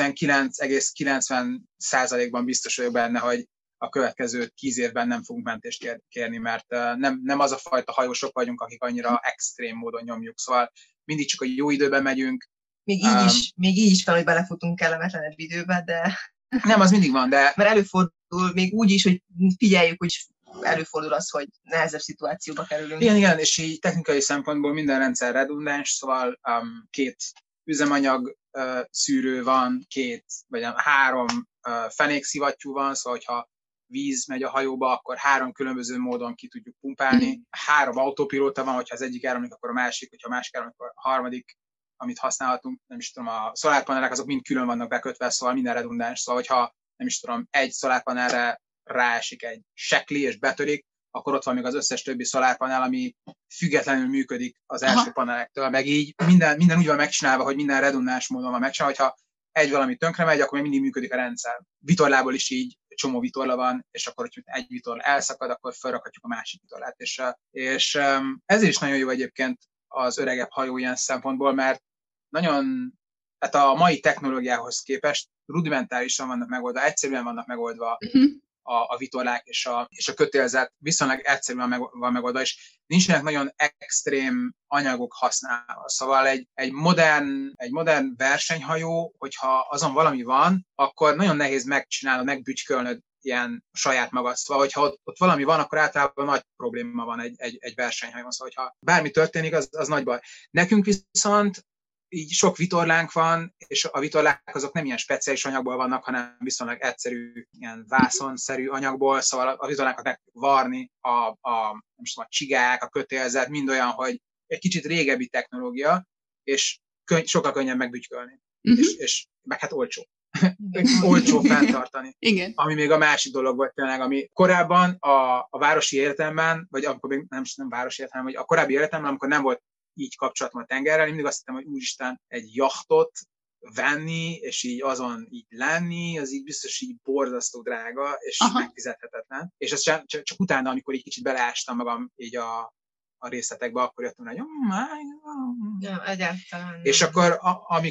99,90%-ban biztos vagyok benne, hogy a következő 10 évben nem fogunk mentést kérni, mert nem az a fajta hajósok vagyunk, akik annyira extrém módon nyomjuk. Szóval mindig csak a jó időben megyünk. Még így is fel, hogy belefutunk kellemetlenebb időbe, de... Nem, az mindig van, de... Mert előfordul még úgy is, hogy figyeljük, hogy előfordul az, hogy nehezebb szituációba kerülünk. Igen, és így technikai szempontból minden rendszer redundáns, szóval két üzemanyag szűrő van, 2 vagy 3 fenékszivattyú van, szóval hogyha víz megy a hajóba, akkor 3 különböző módon ki tudjuk pumpálni. 3 autopilóta van, hogyha az egyik elromlik, akkor a másik, hogyha a másik elromlik, akkor a harmadik, amit használhatunk. Nem is tudom, a szolárpanelek azok mind külön vannak bekötve, szóval minden redundáns. Szóval, hogyha nem is tudom, egy szolárpanelre ráesik egy sekli és betörik, akkor ott van még az összes többi szolárpanel, ami függetlenül működik az első panelektől, meg így minden úgy van megcsinálva, hogy minden redundáns módon van megcsinálva, hogyha egy valami tönkre megy, akkor még mindig működik a rendszer. Vitorlából is így csomó vitorla van, és akkor, hogy egy vitorla elszakad, akkor felrakhatjuk a másik vitorlát. És ezért is nagyon jó egyébként az öregebb hajó ilyen szempontból, mert nagyon, hát a mai technológiához képest rudimentálisan vannak megoldva, egyszerűen vannak megoldva a vitorlák és a kötélzet, viszonylag egyszerűen van megoldva, és nincsenek nagyon extrém anyagok használva. Szóval egy modern versenyhajó, hogyha azon valami van, akkor nagyon nehéz megcsinálnod, megbütykölnöd ilyen saját magad. Szóval, hogyha ott valami van, akkor általában nagy probléma van egy versenyhajón. Szóval, hogyha bármi történik, az nagy baj. Nekünk viszont így sok vitorlánk van, és a vitorlák azok nem ilyen speciális anyagból vannak, hanem viszonylag egyszerű, ilyen vászonszerű anyagból, szóval a vitorlánkat meg varni, a csigák, a kötélzet, mind olyan, hogy egy kicsit régebbi technológia, és sokkal könnyebb megbütykölni. És meg hát olcsó. Olcsó fenntartani. Igen. Ami még a másik dolog volt tényleg, ami korábban a városi életemben, vagy amikor még nem városi életemben, vagy a korábbi életemben, amikor nem volt így kapcsolatom a tengerrel, én mindig azt hittem, hogy úristen, egy jachtot venni, és így azon így lenni, az így biztos így borzasztó drága, és megfizethetetlen. És ez csak utána, amikor így kicsit beleástam magam így a részletekbe, akkor jöttem rá, hogy ja, egyáltalán. És akkor,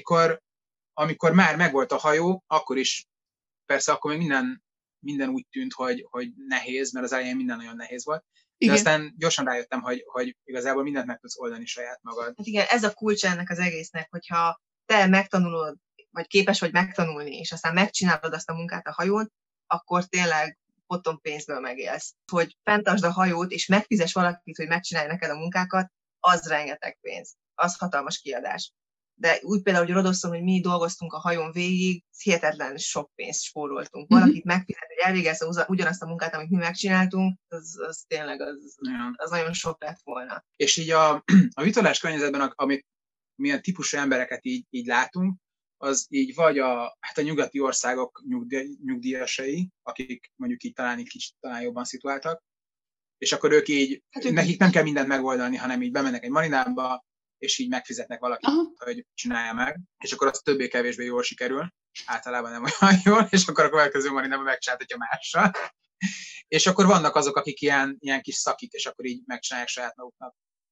amikor már megvolt a hajó, akkor is, persze akkor még minden úgy tűnt, hogy nehéz, mert az elején minden nagyon nehéz volt. De aztán gyorsan rájöttem, hogy igazából mindent meg tudsz oldani saját magad. Hát igen, ez a kulcs ennek az egésznek, hogyha te megtanulod, vagy képes vagy megtanulni, és aztán megcsinálod azt a munkát a hajón, akkor tényleg potom pénzből megélsz. Hogy fenntartsd a hajót, és megfizess valakit, hogy megcsinálja neked a munkákat, az rengeteg pénz. Az hatalmas kiadás. De úgy például, hogy Rodoszon, hogy mi dolgoztunk a hajón végig, hihetetlen sok pénzt spóroltunk. Valakit megfizet, hogy elvégezze ugyanazt a munkát, amit mi megcsináltunk, az tényleg az nagyon sok lett volna. És így a vitorlás környezetben, amit milyen típusú embereket így látunk, az így vagy a nyugati országok nyugdíjasai, akik mondjuk így talán jobban szituáltak, és akkor ők így, nekik nem kell mindent megoldani, hanem így bemennek egy marinába, és így megfizetnek valakit, hogy csinálja meg, és akkor az többé-kevésbé jól sikerül, általában nem olyan jól, és akkor a következő marinában megcsináltatja mással. És akkor vannak azok, akik ilyen kis szakik, és akkor így megcsinálják saját maguknak.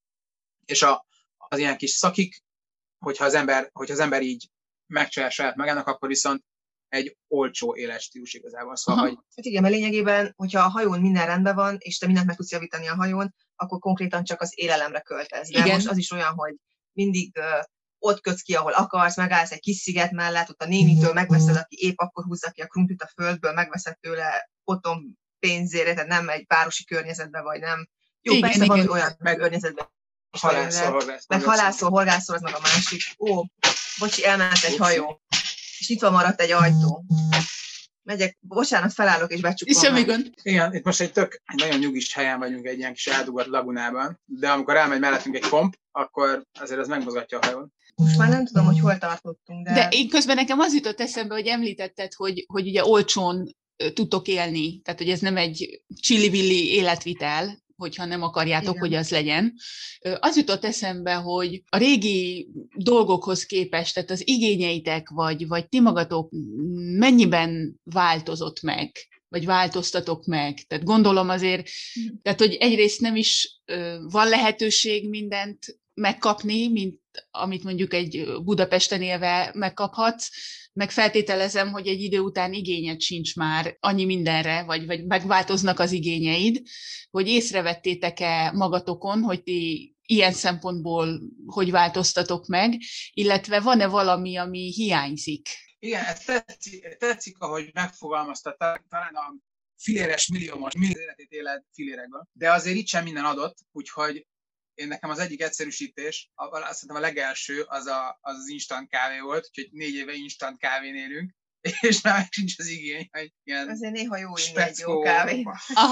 És az ilyen kis szakik, hogyha az ember így megcsinálja saját magának, akkor viszont egy olcsó életstílus igazából. Szóval, hogy... Hát igen, mert lényegében, hogyha a hajón minden rendben van, és te mindent meg tudsz javítani a hajón, akkor konkrétan csak az élelemre költesz. De most az is olyan, hogy mindig ott kötsz ki, ahol akarsz, megállsz egy kis sziget mellett, ott a nénitől megveszed, aki épp akkor húzza ki a krumplit a földből, megveszed tőle potom pénzére, tehát nem egy városi környezetben, vagy nem. Jó, igen, persze van olyan környezetben. Meg halászol, horgászol, az meg a másik. Ó, bocsi, elment egy hajó, és nyitva maradt egy ajtó. Megyek, bocsánat, felállok és becsukom. Semmi gond. Igen, itt most egy nagyon nyugis helyen vagyunk, egy ilyen kis eldugott lagunában, de amikor elmegy mellettünk egy komp, akkor azért az megmozgatja a hajón. Most már nem tudom, hogy hol tartottunk, de én közben nekem az jutott eszembe, hogy említetted, hogy ugye olcsón tudtok élni, tehát hogy ez nem egy csillivilli életvitel, hogyha nem akarjátok, igen, hogy az legyen. Az jutott eszembe, hogy a régi dolgokhoz képest, tehát az igényeitek, vagy ti magatok mennyiben változott meg, vagy változtatok meg. Tehát gondolom azért, tehát hogy egyrészt nem is van lehetőség mindent megkapni, mint amit mondjuk egy Budapesten élve megkaphatsz, meg feltételezem, hogy egy idő után igényed sincs már annyi mindenre, vagy megváltoznak az igényeid, hogy észrevettétek-e magatokon, hogy ti ilyen szempontból hogy változtatok meg, illetve van-e valami, ami hiányzik? Igen, ez tetszik, ahogy megfogalmaztad, talán a filéres milliómos életét éled filérekből, de azért itt sem minden adott, úgyhogy én nekem az egyik egyszerűsítés, azt hiszem a legelső az instant kávé volt, úgyhogy 4 éve instant kávén élünk, és már meg sincs az igény, hogy ilyen azért néha jó inni egy jó speckó, kávé.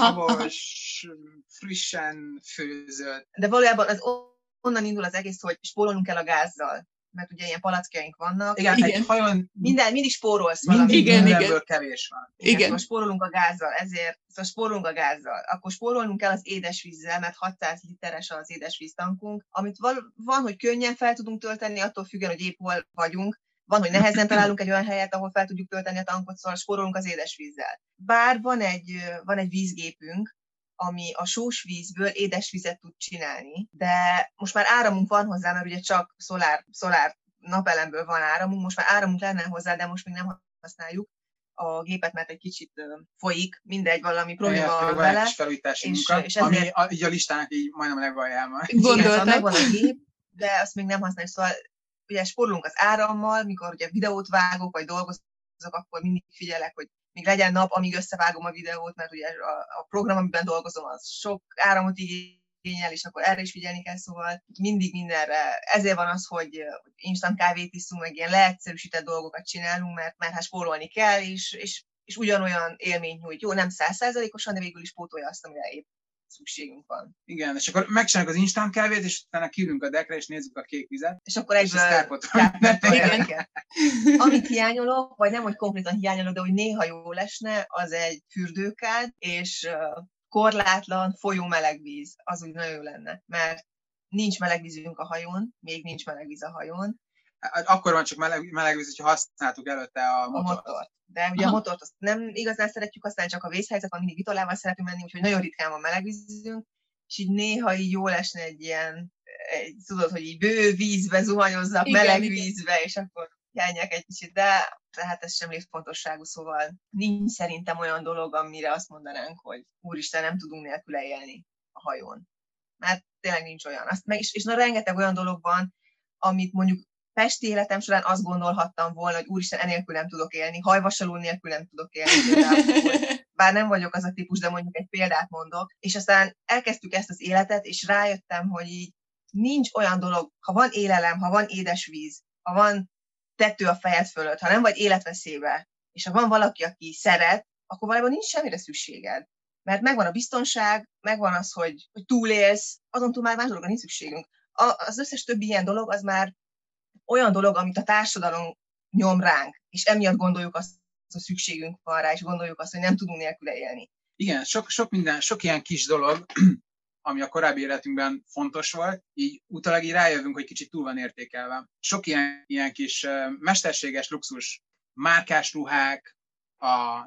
havas, frissen főzött. De valójában onnan indul az egész, hogy spórolnunk kell a gázzal. Mert ugye ilyen palackjaink vannak. Igen, egy hajon mindig spórolsz valamit. Mindenből kevés van. Igen. Szóval spórolunk a gázzal, spórolunk a gázzal. Akkor spórolnunk kell az édesvízzel, mert 600 literes az édesvíz tankunk, amit van, hogy könnyen fel tudunk tölteni, attól függően, hogy épp hol vagyunk. Van, hogy nehezen találunk egy olyan helyet, ahol fel tudjuk tölteni a tankot, szóval spórolunk az édesvízzel. Bár van egy vízgépünk, ami a sós vízből édesvizet tud csinálni, de most már áramunk van hozzá, mert ugye csak szolár napelemből van áramunk, most már áramunk lenne hozzá, de most még nem használjuk a gépet, mert egy kicsit folyik, mindegy, valami probléma van vele. Egy felújítási munka, és ami így a listának így majdnem a legalján van. Gondoltam. Megvan a gép, de azt még nem használjuk, szóval ugye spórolunk az árammal, mikor ugye videót vágok, vagy dolgozok, akkor mindig figyelek, hogy még legyen nap, amíg összevágom a videót, mert ugye a program, amiben dolgozom, az sok áramot igényel, és akkor erre is figyelni kell, szóval mindig mindenre. Ezért van az, hogy instant kávét iszunk, meg ilyen leegyszerűsített dolgokat csinálunk, mert hát spórolni kell, és ugyanolyan élményt nyújt. Jó, nem 100%-osan, de végül is pótolja azt, amire épp szükségünk van. Igen, és akkor megcsináljuk az instant kávét, és utána kiülünk a deckre, és nézzük a kék vizet. És akkor egyből igen. Amit hiányolok, vagy nem, hogy konkrétan hiányolok, de hogy néha jó lesne, az egy fürdőkád, és korlátlan folyó meleg víz. Az úgy nagyon jó lenne, mert nincs meleg vízünk a hajón, még nincs meleg víz a hajón. Akkor van csak meleg víz, hogyha használtuk előtte a motort. De ugye a motort azt nem igazán szeretjük használni, csak a vészhelyzet van, mindig vitorlával szeretünk menni, úgyhogy nagyon ritkán van meleg vízünk, és így néha így jó lesne egy ilyen, tudod, hogy így bő vízbe zuhanyozzak, meleg vízbe, és akkor hiányják egy kicsit, de hát ez sem létfontosságú, szóval nincs szerintem olyan dolog, amire azt mondanánk, hogy úristen, nem tudunk nélküle élni a hajón. Mert tényleg nincs olyan. És rengeteg olyan dolog van, amit mondjuk pesti életem során azt gondolhattam volna, hogy úristen, enélkül nem tudok élni, hajvasaló nélkül nem tudok élni. Például, bár nem vagyok az a típus, de mondjuk egy példát mondok. És aztán elkezdtük ezt az életet, és rájöttem, hogy így nincs olyan dolog, ha van élelem, ha van édesvíz, ha van tető a fejed fölött, ha nem vagy életveszélybe, és ha van valaki, aki szeret, akkor valójában nincs semmire szükséged. Mert megvan a biztonság, megvan az, hogy túlélsz, azon túl már más dologra nincs szükségünk. Az összes többi ilyen dolog, az már olyan dolog, amit a társadalom nyom ránk, és emiatt gondoljuk azt, hogy szükségünk van rá, és gondoljuk azt, hogy nem tudunk nélküle élni. Igen, sok ilyen kis dolog, ami a korábbi életünkben fontos volt, így utólag így rájövünk, hogy kicsit túl van értékelve. Sok ilyen kis mesterséges luxus, márkás ruhák, a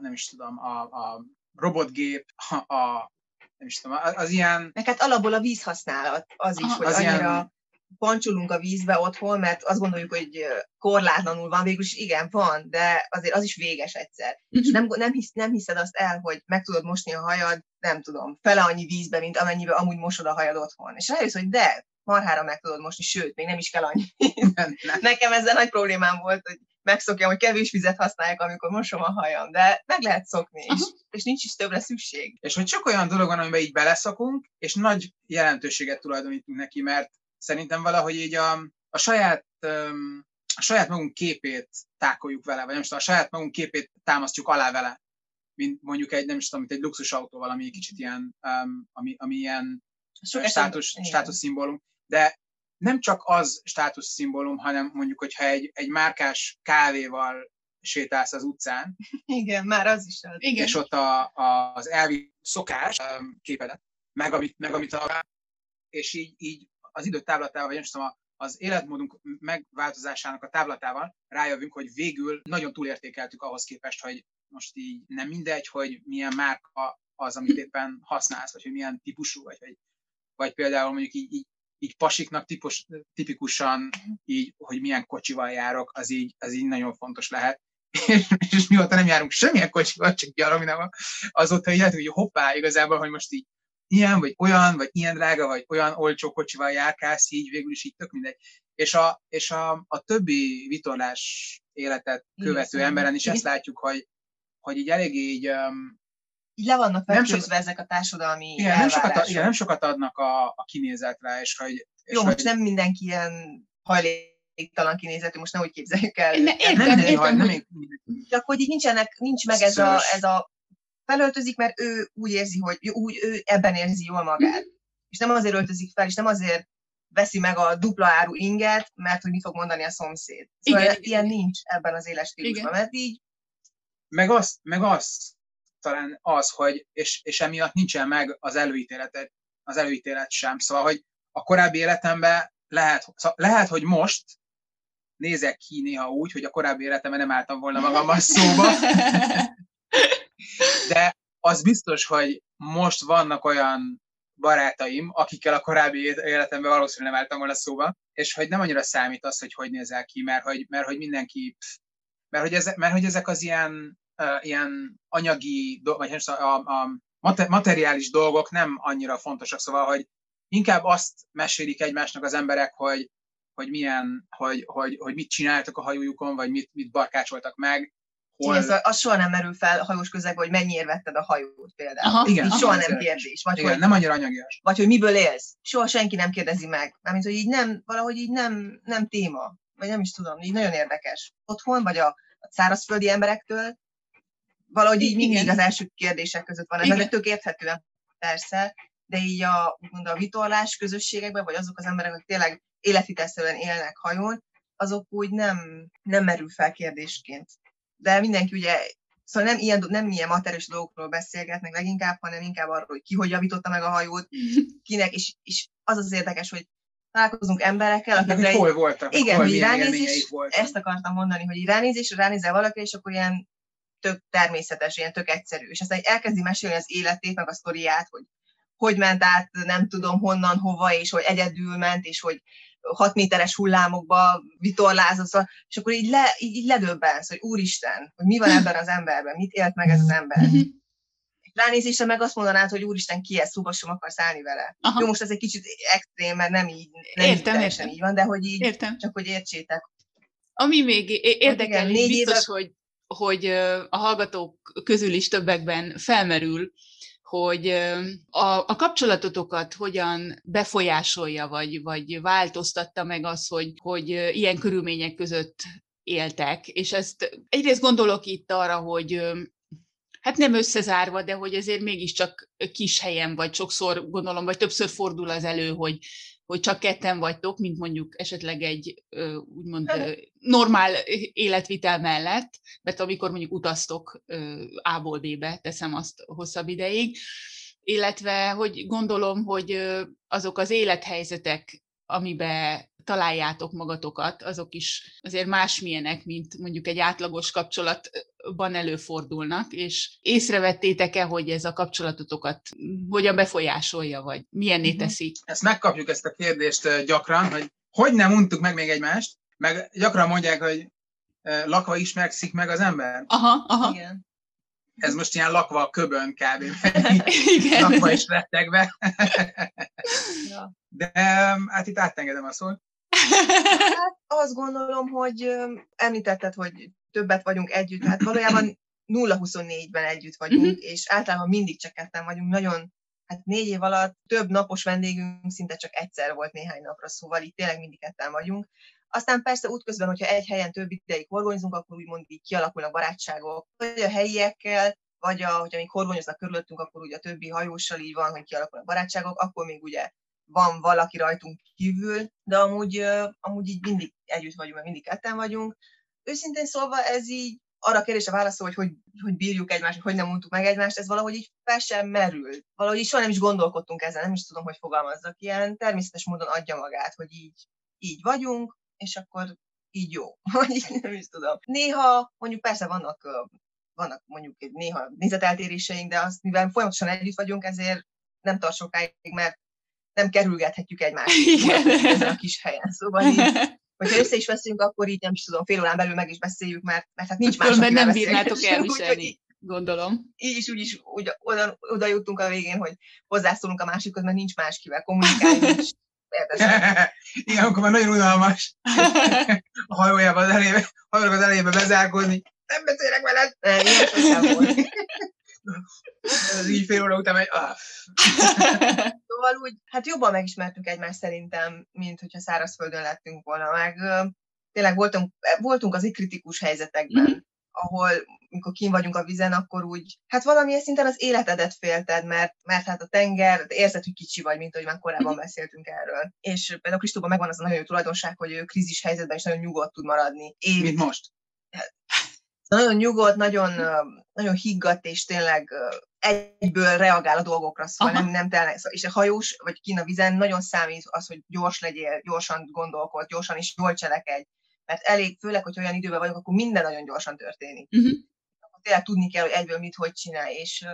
robotgép, nem is tudom, az ilyen... Meg hát alapból a vízhasználat az is, hogy az annyira ilyen... pancsolunk a vízbe otthon, mert azt gondoljuk, hogy korlátlanul van, végül is igen, van, de azért az is véges egyszer. És nem hiszed azt el, hogy meg tudod mosni a hajad, nem tudom, fele annyi vízbe, mint amennyibe amúgy mosod a hajad otthon. És rájössz, hogy de, marhára meg tudod mosni, sőt, még nem is kell annyi. Nekem ezzel nagy problémám volt, hogy megszokjam, hogy kevés vizet használjak, amikor mosom a hajam, de meg lehet szokni, és nincs is többre szükség. És hogy sok olyan dolog van, amiben így beleszokunk, és nagy jelentőséget tulajdonítunk neki, mert szerintem valahogy így a saját magunk képét tákoljuk vele, vagy nem tudom, a saját magunk képét támasztjuk alá vele, mint mondjuk egy luxusautó, valami kicsit ilyen, ami ilyen státuszszimbólum. De nem csak az státuszszimbólum, hanem mondjuk, hogyha egy márkás kávéval sétálsz az utcán. Igen, már az is az. Igen. És ott az elvi szokás képedet, meg amit és így az idő távlatával, vagy nem tudom, az életmódunk megváltozásának a távlatával rájövünk, hogy végül nagyon túlértékeltük ahhoz képest, hogy most így nem mindegy, hogy milyen márka az, amit éppen használsz, vagy hogy milyen típusú, vagy például mondjuk így pasiknak tipikusan így, hogy milyen kocsival járok, az így nagyon fontos lehet. És mióta nem járunk semmilyen kocsival, csak gyalognával, azóta így lehet, hogy hoppá, igazából, hogy most így ilyen, vagy olyan, vagy ilyen drága, vagy olyan olcsó kocsival járkálsz, így végül is így tök mindegy. És a többi vitorlás életet követő emberen is ezt látjuk, hogy így eléggé így így le vannak vetkőzve ezek a társadalmi elvárások. Nem sokat adnak a kinézetre, és hogy... Jó, most nem mindenki ilyen hajléktalan kinézetű, most nehogy képzeljük el. Értem. Csak hogy így nincs meg ez a felöltözik, mert ő úgy érzi, hogy ő ebben érzi jól magát. És nem azért öltözik fel, és nem azért veszi meg a dupla áru inget, mert hogy mit fog mondani a szomszéd. Szóval ilyen nincs ebben az éles stílusban, mert így... Meg az talán az, hogy, és emiatt nincsen meg az előítélet sem. Szóval, hogy a korábbi életemben lehet, hogy most nézek ki néha úgy, hogy a korábbi életemben nem álltam volna magammal szóba. De az biztos, hogy most vannak olyan barátaim, akikkel a korábbi életemben valószínűleg nem álltam volna szóba, és hogy nem annyira számít az, hogy nézel ki, mert hogy mindenki, mert hogy ezek az ilyen anyagi, vagy a materiális dolgok nem annyira fontosak, szóval, hogy inkább azt mesélik egymásnak az emberek, hogy mit csináltak a hajójukon, vagy mit barkácsoltak meg. Az soha nem merül fel a hajós közegben, hogy mennyiért vetted a hajót például. Igen, soha nem kérdés. Vagy igen, nem annyira anyagias. Vagy hogy miből élsz. Soha senki nem kérdezi meg. Mármint, hogy így valahogy így nem téma. Vagy nem is tudom, így nagyon érdekes. Otthon, vagy a szárazföldi emberektől valahogy így mindig az első kérdések között van. Ez tök érthetően persze, de így a vitorlás közösségekben, vagy azok az emberek, akik tényleg életvitelszerűen élnek hajón, azok úgy nem merül fel kérdésként. De mindenki ugye, szóval nem ilyen materiális dolgokról beszélgetnek leginkább, hanem inkább arról, hogy ki hogy javította meg a hajót, kinek, és az érdekes, hogy találkozunk emberekkel, akikre hol voltak, igen, hogy ránézés, ezt akartam mondani, hogy így ránézel valakire, és akkor ilyen tök természetes, ilyen tök egyszerű. És aztán elkezdi mesélni az életét, meg a sztoriát, hogy ment át, nem tudom honnan, hova, és hogy egyedül ment, és hogy 6 méteres hullámokba vitorlázott, és akkor így ledöbbensz, hogy úristen, hogy mi van ebben az emberben, mit élt meg ez az ember. Ránézésre meg azt mondanád, hogy úristen, ki ez, szóba sem akarsz állni vele. Jó, most ez egy kicsit extrém, mert nem így teljesen így van, de hogy így, csak hogy értsétek. Ami még érdekel, biztos, hogy a hallgatók közül is többekben felmerül, hogy a kapcsolatotokat hogyan befolyásolja, vagy változtatta meg az, hogy ilyen körülmények között éltek. És ezt egyrészt gondolok itt arra, hogy hát nem összezárva, de hogy ezért mégiscsak kis helyen vagy sokszor gondolom, vagy többször fordul az elő, hogy csak ketten vagytok, mint mondjuk esetleg egy úgymond normál életvitel mellett, mert amikor mondjuk utaztok A-ból B-be, teszem azt hosszabb ideig, illetve hogy gondolom, hogy azok az élethelyzetek, amiben találjátok magatokat, azok is azért másmilyenek, mint mondjuk egy átlagos kapcsolatban előfordulnak, és észrevettétek-e, hogy ez a kapcsolatotokat hogyan befolyásolja, vagy milyenné teszi? Ezt megkapjuk, ezt a kérdést gyakran, hogy nem untuk meg még egymást, meg gyakran mondják, hogy lakva ismerszik meg az ember. Aha. Igen. Ez most ilyen lakva a köbön kb. Lakva is rettegve. Ja. De hát itt átengedem a szót. Hát azt gondolom, hogy említetted, hogy többet vagyunk együtt, hát valójában 0-24-ben együtt vagyunk, és általában mindig csak ketten vagyunk, nagyon, hát 4 év alatt több napos vendégünk szinte csak egyszer volt néhány napra, szóval itt tényleg mindig ketten vagyunk. Aztán persze útközben, hogyha egy helyen több ideig horgonyzunk, akkor úgymond így kialakulnak barátságok, vagy a helyiekkel, vagy hogyha még horgonyoznak körülöttünk, akkor ugye a többi hajóssal így van, hogy kialakulnak barátságok, akkor még ugye van valaki rajtunk kívül, de amúgy így mindig együtt vagyunk, mert mindig ketten vagyunk. Őszintén szólva ez így arra a kérdésre válaszol, hogy bírjuk egymást, hogy nem untuk meg egymást, ez valahogy így fel sem merül. Valahogy így soha nem is gondolkodtunk ezen, nem is tudom, hogy fogalmazzak. Ilyen természetes módon adja magát, hogy így vagyunk, és akkor így jó. Vagy nem is tudom. Néha mondjuk persze vannak mondjuk néha nézeteltéréseink, de azt, mivel folyamatosan együtt vagyunk, ezért nem tart sokáig, mert nem kerülgethetjük egymást ezen a kis helyen. Szóval így, hogyha össze is veszünk, akkor így nem is tudom, fél órán belül meg is beszéljük, mert hát nincs más, akivel nem bírnátok elviselni, gondolom. Így is úgy oda jutunk a végén, hogy hozzászólunk a másikhoz, mert nincs máskivel kommunikálni, nincs. Igen, akkor már nagyon unalmas a hajójába az elébe bezárkózni. Nem beszélek veled! Ilyen sosem volt. Ez így fél óra után megy, Szóval úgy, hát jobban megismertük egymást szerintem, mint hogyha szárazföldön lettünk volna. Meg tényleg voltunk azért kritikus helyzetekben, ahol, mikor kín vagyunk a vízen, akkor úgy, hát valamilyen szinten az életedet félted, mert hát a tenger, érzed, hogy kicsi vagy, mint ahogy már korábban beszéltünk erről. És például Kristóban megvan az a nagyon jó tulajdonság, hogy ő krízis helyzetben is nagyon nyugodt tud maradni. mint most. Nagyon nyugodt, nagyon higgadt, és tényleg egyből reagál a dolgokra, szóval nem telnek. És a hajós, vagy kint a vízen nagyon számít az, hogy gyors legyél, gyorsan gondolkodj, gyorsan is jól cselekedj. Mert elég, főleg, hogy olyan időben vagyunk, akkor minden nagyon gyorsan történik. Akkor tényleg tudni kell, hogy egyből mit, hogy csinál.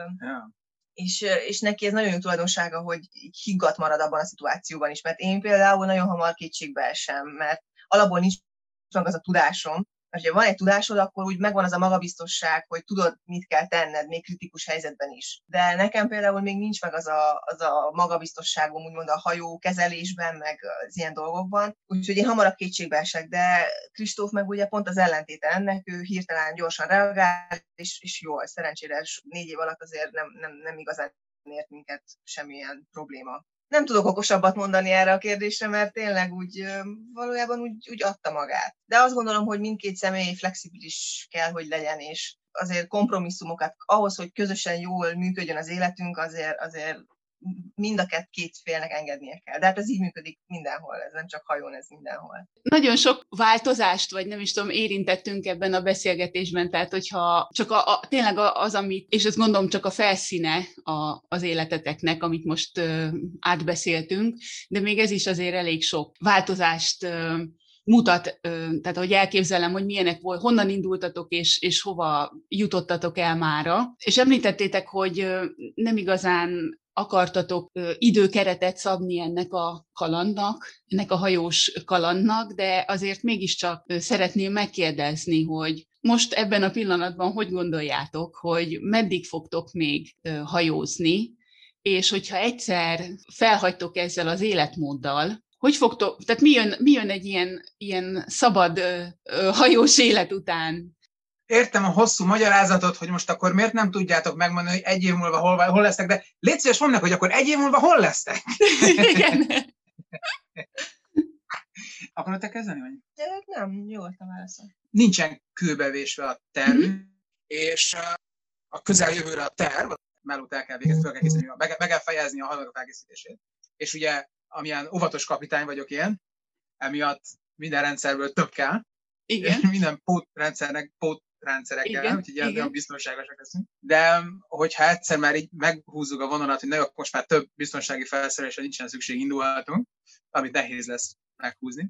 És neki ez nagyon jó tulajdonsága, hogy higgadt marad abban a szituációban is. Mert én például nagyon hamar kétségbe esem, mert alapból nincs meg az a tudásom. Mert ha van egy tudásod, akkor úgy megvan az a magabiztosság, hogy tudod, mit kell tenned, még kritikus helyzetben is. De nekem például még nincs meg az a magabiztosságom, úgymond a hajó kezelésben, meg az ilyen dolgokban. Úgyhogy én hamarabb kétségbe esek, de Kristóf meg ugye pont az ellentéte ennek, ő hirtelen gyorsan reagál, és jól, szerencsére 4 év alatt azért nem igazán ért minket semmilyen probléma. Nem tudok okosabbat mondani erre a kérdésre, mert tényleg valójában úgy adta magát. De azt gondolom, hogy mindkét személy flexibilis kell, hogy legyen, és azért kompromisszumokat, ahhoz, hogy közösen jól működjön az életünk, azért mind a két félnek engednie kell. De hát ez így működik mindenhol, ez nem csak hajón, ez mindenhol. Nagyon sok változást, vagy nem is tudom, érintettünk ebben a beszélgetésben, tehát hogyha csak tényleg az, amit, és ezt gondolom csak a felszíne az életeteknek, amit most átbeszéltünk, de még ez is azért elég sok változást mutat, tehát ahogy elképzelem, hogy milyenek volt, honnan indultatok, és hova jutottatok el mára. És említettétek, hogy nem igazán akartatok időkeretet szabni ennek a kalandnak, ennek a hajós kalandnak, de azért mégiscsak szeretném megkérdezni, hogy most ebben a pillanatban hogy gondoljátok, hogy meddig fogtok még hajózni, és hogyha egyszer felhagytok ezzel az életmóddal, hogy fogtok, tehát mi jön egy ilyen szabad hajós élet után? Értem a hosszú magyarázatot, hogy most akkor miért nem tudjátok megmondani, hogy 1 év múlva hol lesztek, de légy szíves, mondd meg, hogy akkor 1 év múlva hol lesztek? Igen. Akarod te kezdeni, vagy? Nem, jó volt a válaszom. Nincsen kőbevésve a tervünk, és a közeljövőre a terv, mellett el kell végezni, fel kell készíteni, meg kell fejezni a hajónak a felkészítését. És ugye, amilyen óvatos kapitány vagyok én, emiatt minden rendszerből több kell. Igen. Minden pótrendszerek kell, úgyhogy ilyen biztonságosak leszünk. De hogyha egyszer már így meghúzzuk a vonalat, hogy most már több biztonsági felszerelésre nincsen szükség, indulhatunk, amit nehéz lesz meghúzni,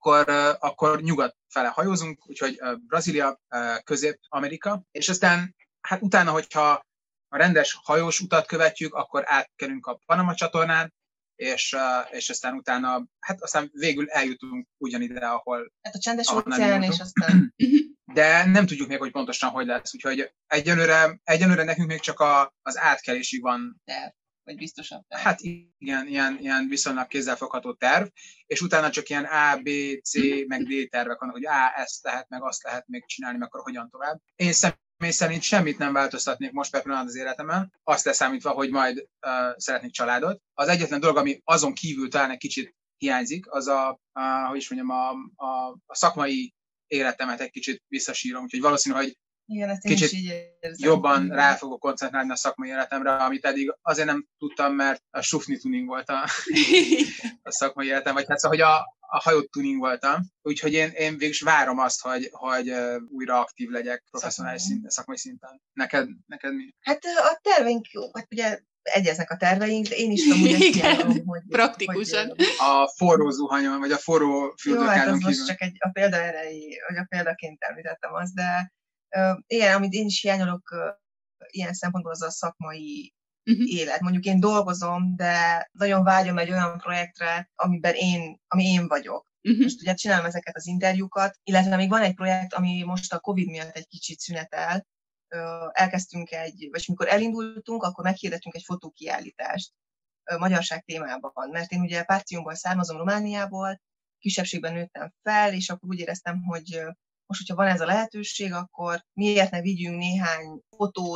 akkor nyugat fele hajózunk, úgyhogy Brazília, Közép-Amerika, és aztán hát utána, hogyha a rendes hajós utat követjük, akkor átkerülünk a Panama csatornán, és aztán utána, hát aztán végül eljutunk ugyanide, ahol... Hát a Csendes óceán, és aztán... De nem tudjuk még, hogy pontosan hogy lesz, úgyhogy egyelőre nekünk még csak az átkelésig van. Terv, vagy biztosabb terv. Hát igen, ilyen viszonylag kézzelfogható terv, és utána csak ilyen A, B, C, meg D tervek vannak, hogy ezt lehet, meg azt lehet még csinálni, meg akkor hogyan tovább. Én személy szerint semmit nem változtatnék most per pillanat az életemen, azt leszámítva, hogy majd szeretnék családot. Az egyetlen dolog, ami azon kívül talán egy kicsit hiányzik, az hogy is mondjam, a szakmai életemet egy kicsit visszasírom, úgyhogy valószínű, hogy igen, kicsit jobban rá fogok koncentrálni a szakmai életemre, amit eddig azért nem tudtam, mert a sufni tuning volt a szakmai életem, vagy hát szóval, hogy a hajó tuning voltam. Úgyhogy én végülis várom azt, hogy újra aktív legyek professzionális szinten, szakmai szinten. Neked mi? Hát a terveink, hát ugye egyeznek a terveink, de én is tudom, hogy ezt járom, hogy... Praktikusan. A forró zuhanyon, vagy a forró fürdőkádon kívül. Jó, hát az most csak a példa erejé, vagy a példaként említettem azt, de igen, amit én is hiányolok ilyen szempontból, az a szakmai élet. Mondjuk én dolgozom, de nagyon vágyom egy olyan projektre, ami én vagyok. Most ugye csinálom ezeket az interjúkat, illetve még van egy projekt, ami most a Covid miatt egy kicsit szünetel. Elkezdtünk vagy mikor elindultunk, akkor meghirdettünk egy fotókiállítást magyarság témában, mert én ugye Partiumból származom, Romániából, kisebbségben nőttem fel, és akkor úgy éreztem, hogy most, hogyha van ez a lehetőség, akkor miért ne vigyünk néhány fotót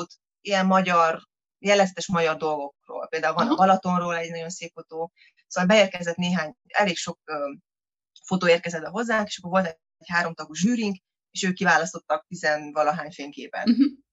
ilyen magyar, jellegzetes magyar dolgokról. Például van a Balatonról egy nagyon szép fotó, szóval beérkezett elég sok fotó érkezett hozzánk, és akkor volt egy 3 tagú zsűrink, és ők kiválasztottak 10-valahány fényképet.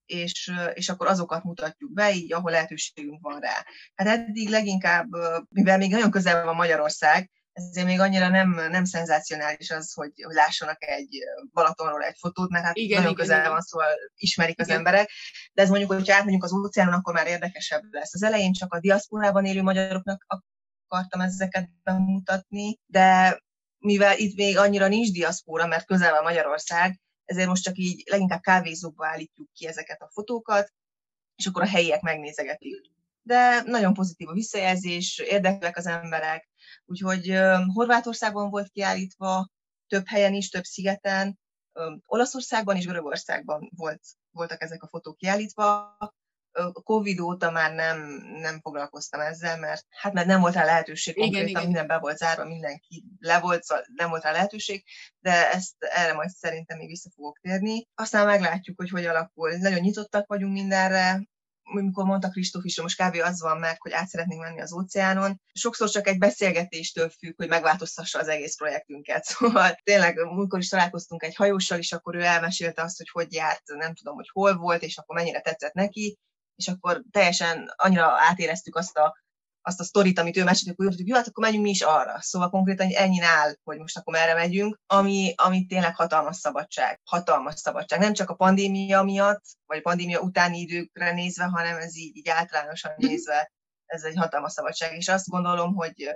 És akkor azokat mutatjuk be, így ahol lehetőségünk van rá. Hát eddig leginkább, mivel még nagyon közel van Magyarország, ezért még annyira nem szenzácionális az, hogy lássanak egy Balatonról egy fotót, mert hát nagyon közel van, szóval ismerik az emberek. De ez mondjuk, hogyha átmegyünk az óceánon, akkor már érdekesebb lesz. Az elején csak a diaszporában élő magyaroknak akartam ezeket bemutatni, de mivel itt még annyira nincs diaszpóra, mert közel van Magyarország, ezért most csak így leginkább kávézókba állítjuk ki ezeket a fotókat, és akkor a helyiek megnézegetik. De nagyon pozitív a visszajelzés, érdeklek az emberek, úgyhogy Horvátországban volt kiállítva, több helyen is, több szigeten, Olaszországban és Görögországban voltak ezek a fotók kiállítva. A Covid óta már nem foglalkoztam ezzel, mert nem volt rá lehetőség, konkrétan minden be volt zárva, mindenki le volt, szóval nem volt rá lehetőség, de erre majd szerintem még vissza fogok térni. Aztán meglátjuk, hogy alakul. Nagyon nyitottak vagyunk mindenre. Amikor mondta Kristóf is, most kb. Az van meg, hogy át szeretnénk menni az óceánon. Sokszor csak egy beszélgetéstől függ, hogy megváltoztassa az egész projektünket. Szóval tényleg, amikor is találkoztunk egy hajóssal, és akkor ő elmesélte azt, hogy járt, nem tudom, hogy hol volt, és akkor mennyire tetszett neki, és akkor teljesen annyira átéreztük azt a sztorit, amit ő mesélt, hogy jó, hát akkor menjünk mi is arra. Szóval konkrétan ennyi áll, hogy most akkor merre megyünk, ami tényleg hatalmas szabadság. Hatalmas szabadság. Nem csak a pandémia miatt, vagy a pandémia utáni időkre nézve, hanem ez így általánosan nézve, ez egy hatalmas szabadság. És azt gondolom, hogy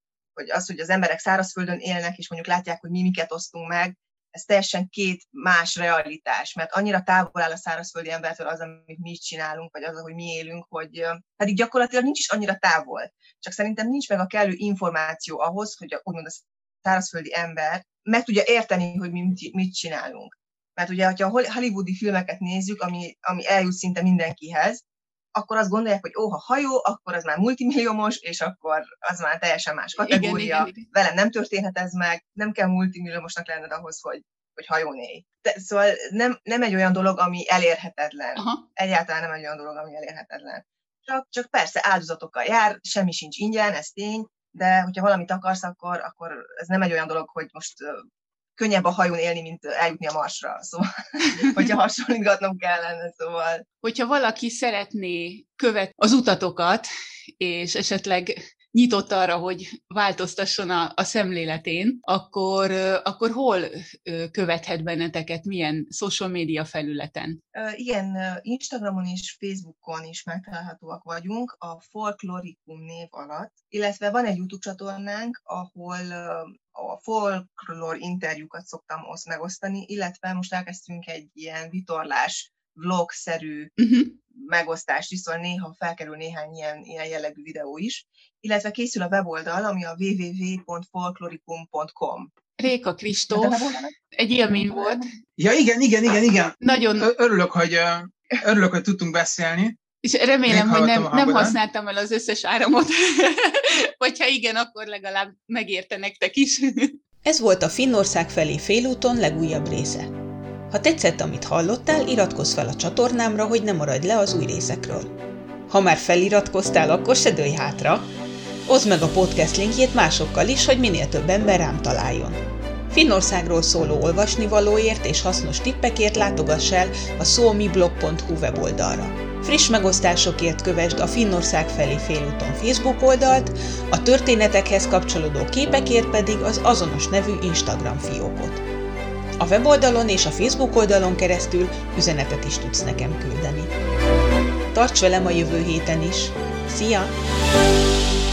az emberek szárazföldön élnek, és mondjuk látják, hogy mi miket osztunk meg, ez teljesen két más realitás, mert annyira távol áll a szárazföldi embertől az, amit mi is csinálunk, vagy az, ahogy mi élünk, hogy pedig gyakorlatilag nincs is annyira távol. Csak szerintem nincs meg a kellő információ ahhoz, hogy úgymond a szárazföldi ember meg tudja érteni, hogy mi mit csinálunk. Mert ugye, ha a hollywoodi filmeket nézzük, ami eljut szinte mindenkihez, akkor azt gondolják, hogy ha hajó, akkor az már multimilliómos, és akkor az már teljesen más kategória. Igen. Velem nem történhet ez meg, nem kell multimilliómosnak lenned ahhoz, hogy hajón élj. Szóval nem egy olyan dolog, ami elérhetetlen. Aha. Egyáltalán nem egy olyan dolog, ami elérhetetlen. Csak persze áldozatokkal jár, semmi sincs ingyen, ez tény, de hogyha valamit akarsz, akkor ez nem egy olyan dolog, hogy most könnyebb a hajón élni, mint eljutni a Marsra, szóval, hogyha hasonlítgatnom kellene, szóval. Hogyha valaki szeretné követni az utatokat, és esetleg nyitott arra, hogy változtasson a szemléletén, akkor hol követhet benneteket, milyen social media felületen? Igen, Instagramon és Facebookon is megtalálhatóak vagyunk, a Folklorikum név alatt, illetve van egy YouTube csatornánk, ahol a folklór interjúkat szoktam megosztani, illetve most elkezdtünk egy ilyen vitorlás, vlog-szerű megosztást is, szóval néha felkerül néhány ilyen jellegű videó is, illetve készül a weboldal, ami a www.folklorikum.com. Réka Kristóf, egy élmény volt. Ja, igen. Nagyon örülök, hogy tudtunk beszélni. És remélem, hogy nem használtam el az összes áramot, vagy ha igen, akkor legalább megérte nektek is. Ez volt a Finnország felé félúton legújabb része. Ha tetszett, amit hallottál, iratkozz fel a csatornámra, hogy ne maradj le az új részekről. Ha már feliratkoztál, akkor se dőlj hátra. Oszd meg a podcast linkjét másokkal is, hogy minél több ember rám találjon. Finnországról szóló olvasnivalóért és hasznos tippekért látogass el a suomiblog.hu weboldalra. Friss megosztásokért kövesd a Finnország felé félúton Facebook oldalt, a történetekhez kapcsolódó képekért pedig az azonos nevű Instagram fiókot. A weboldalon és a Facebook oldalon keresztül üzenetet is tudsz nekem küldeni. Tarts velem a jövő héten is! Szia!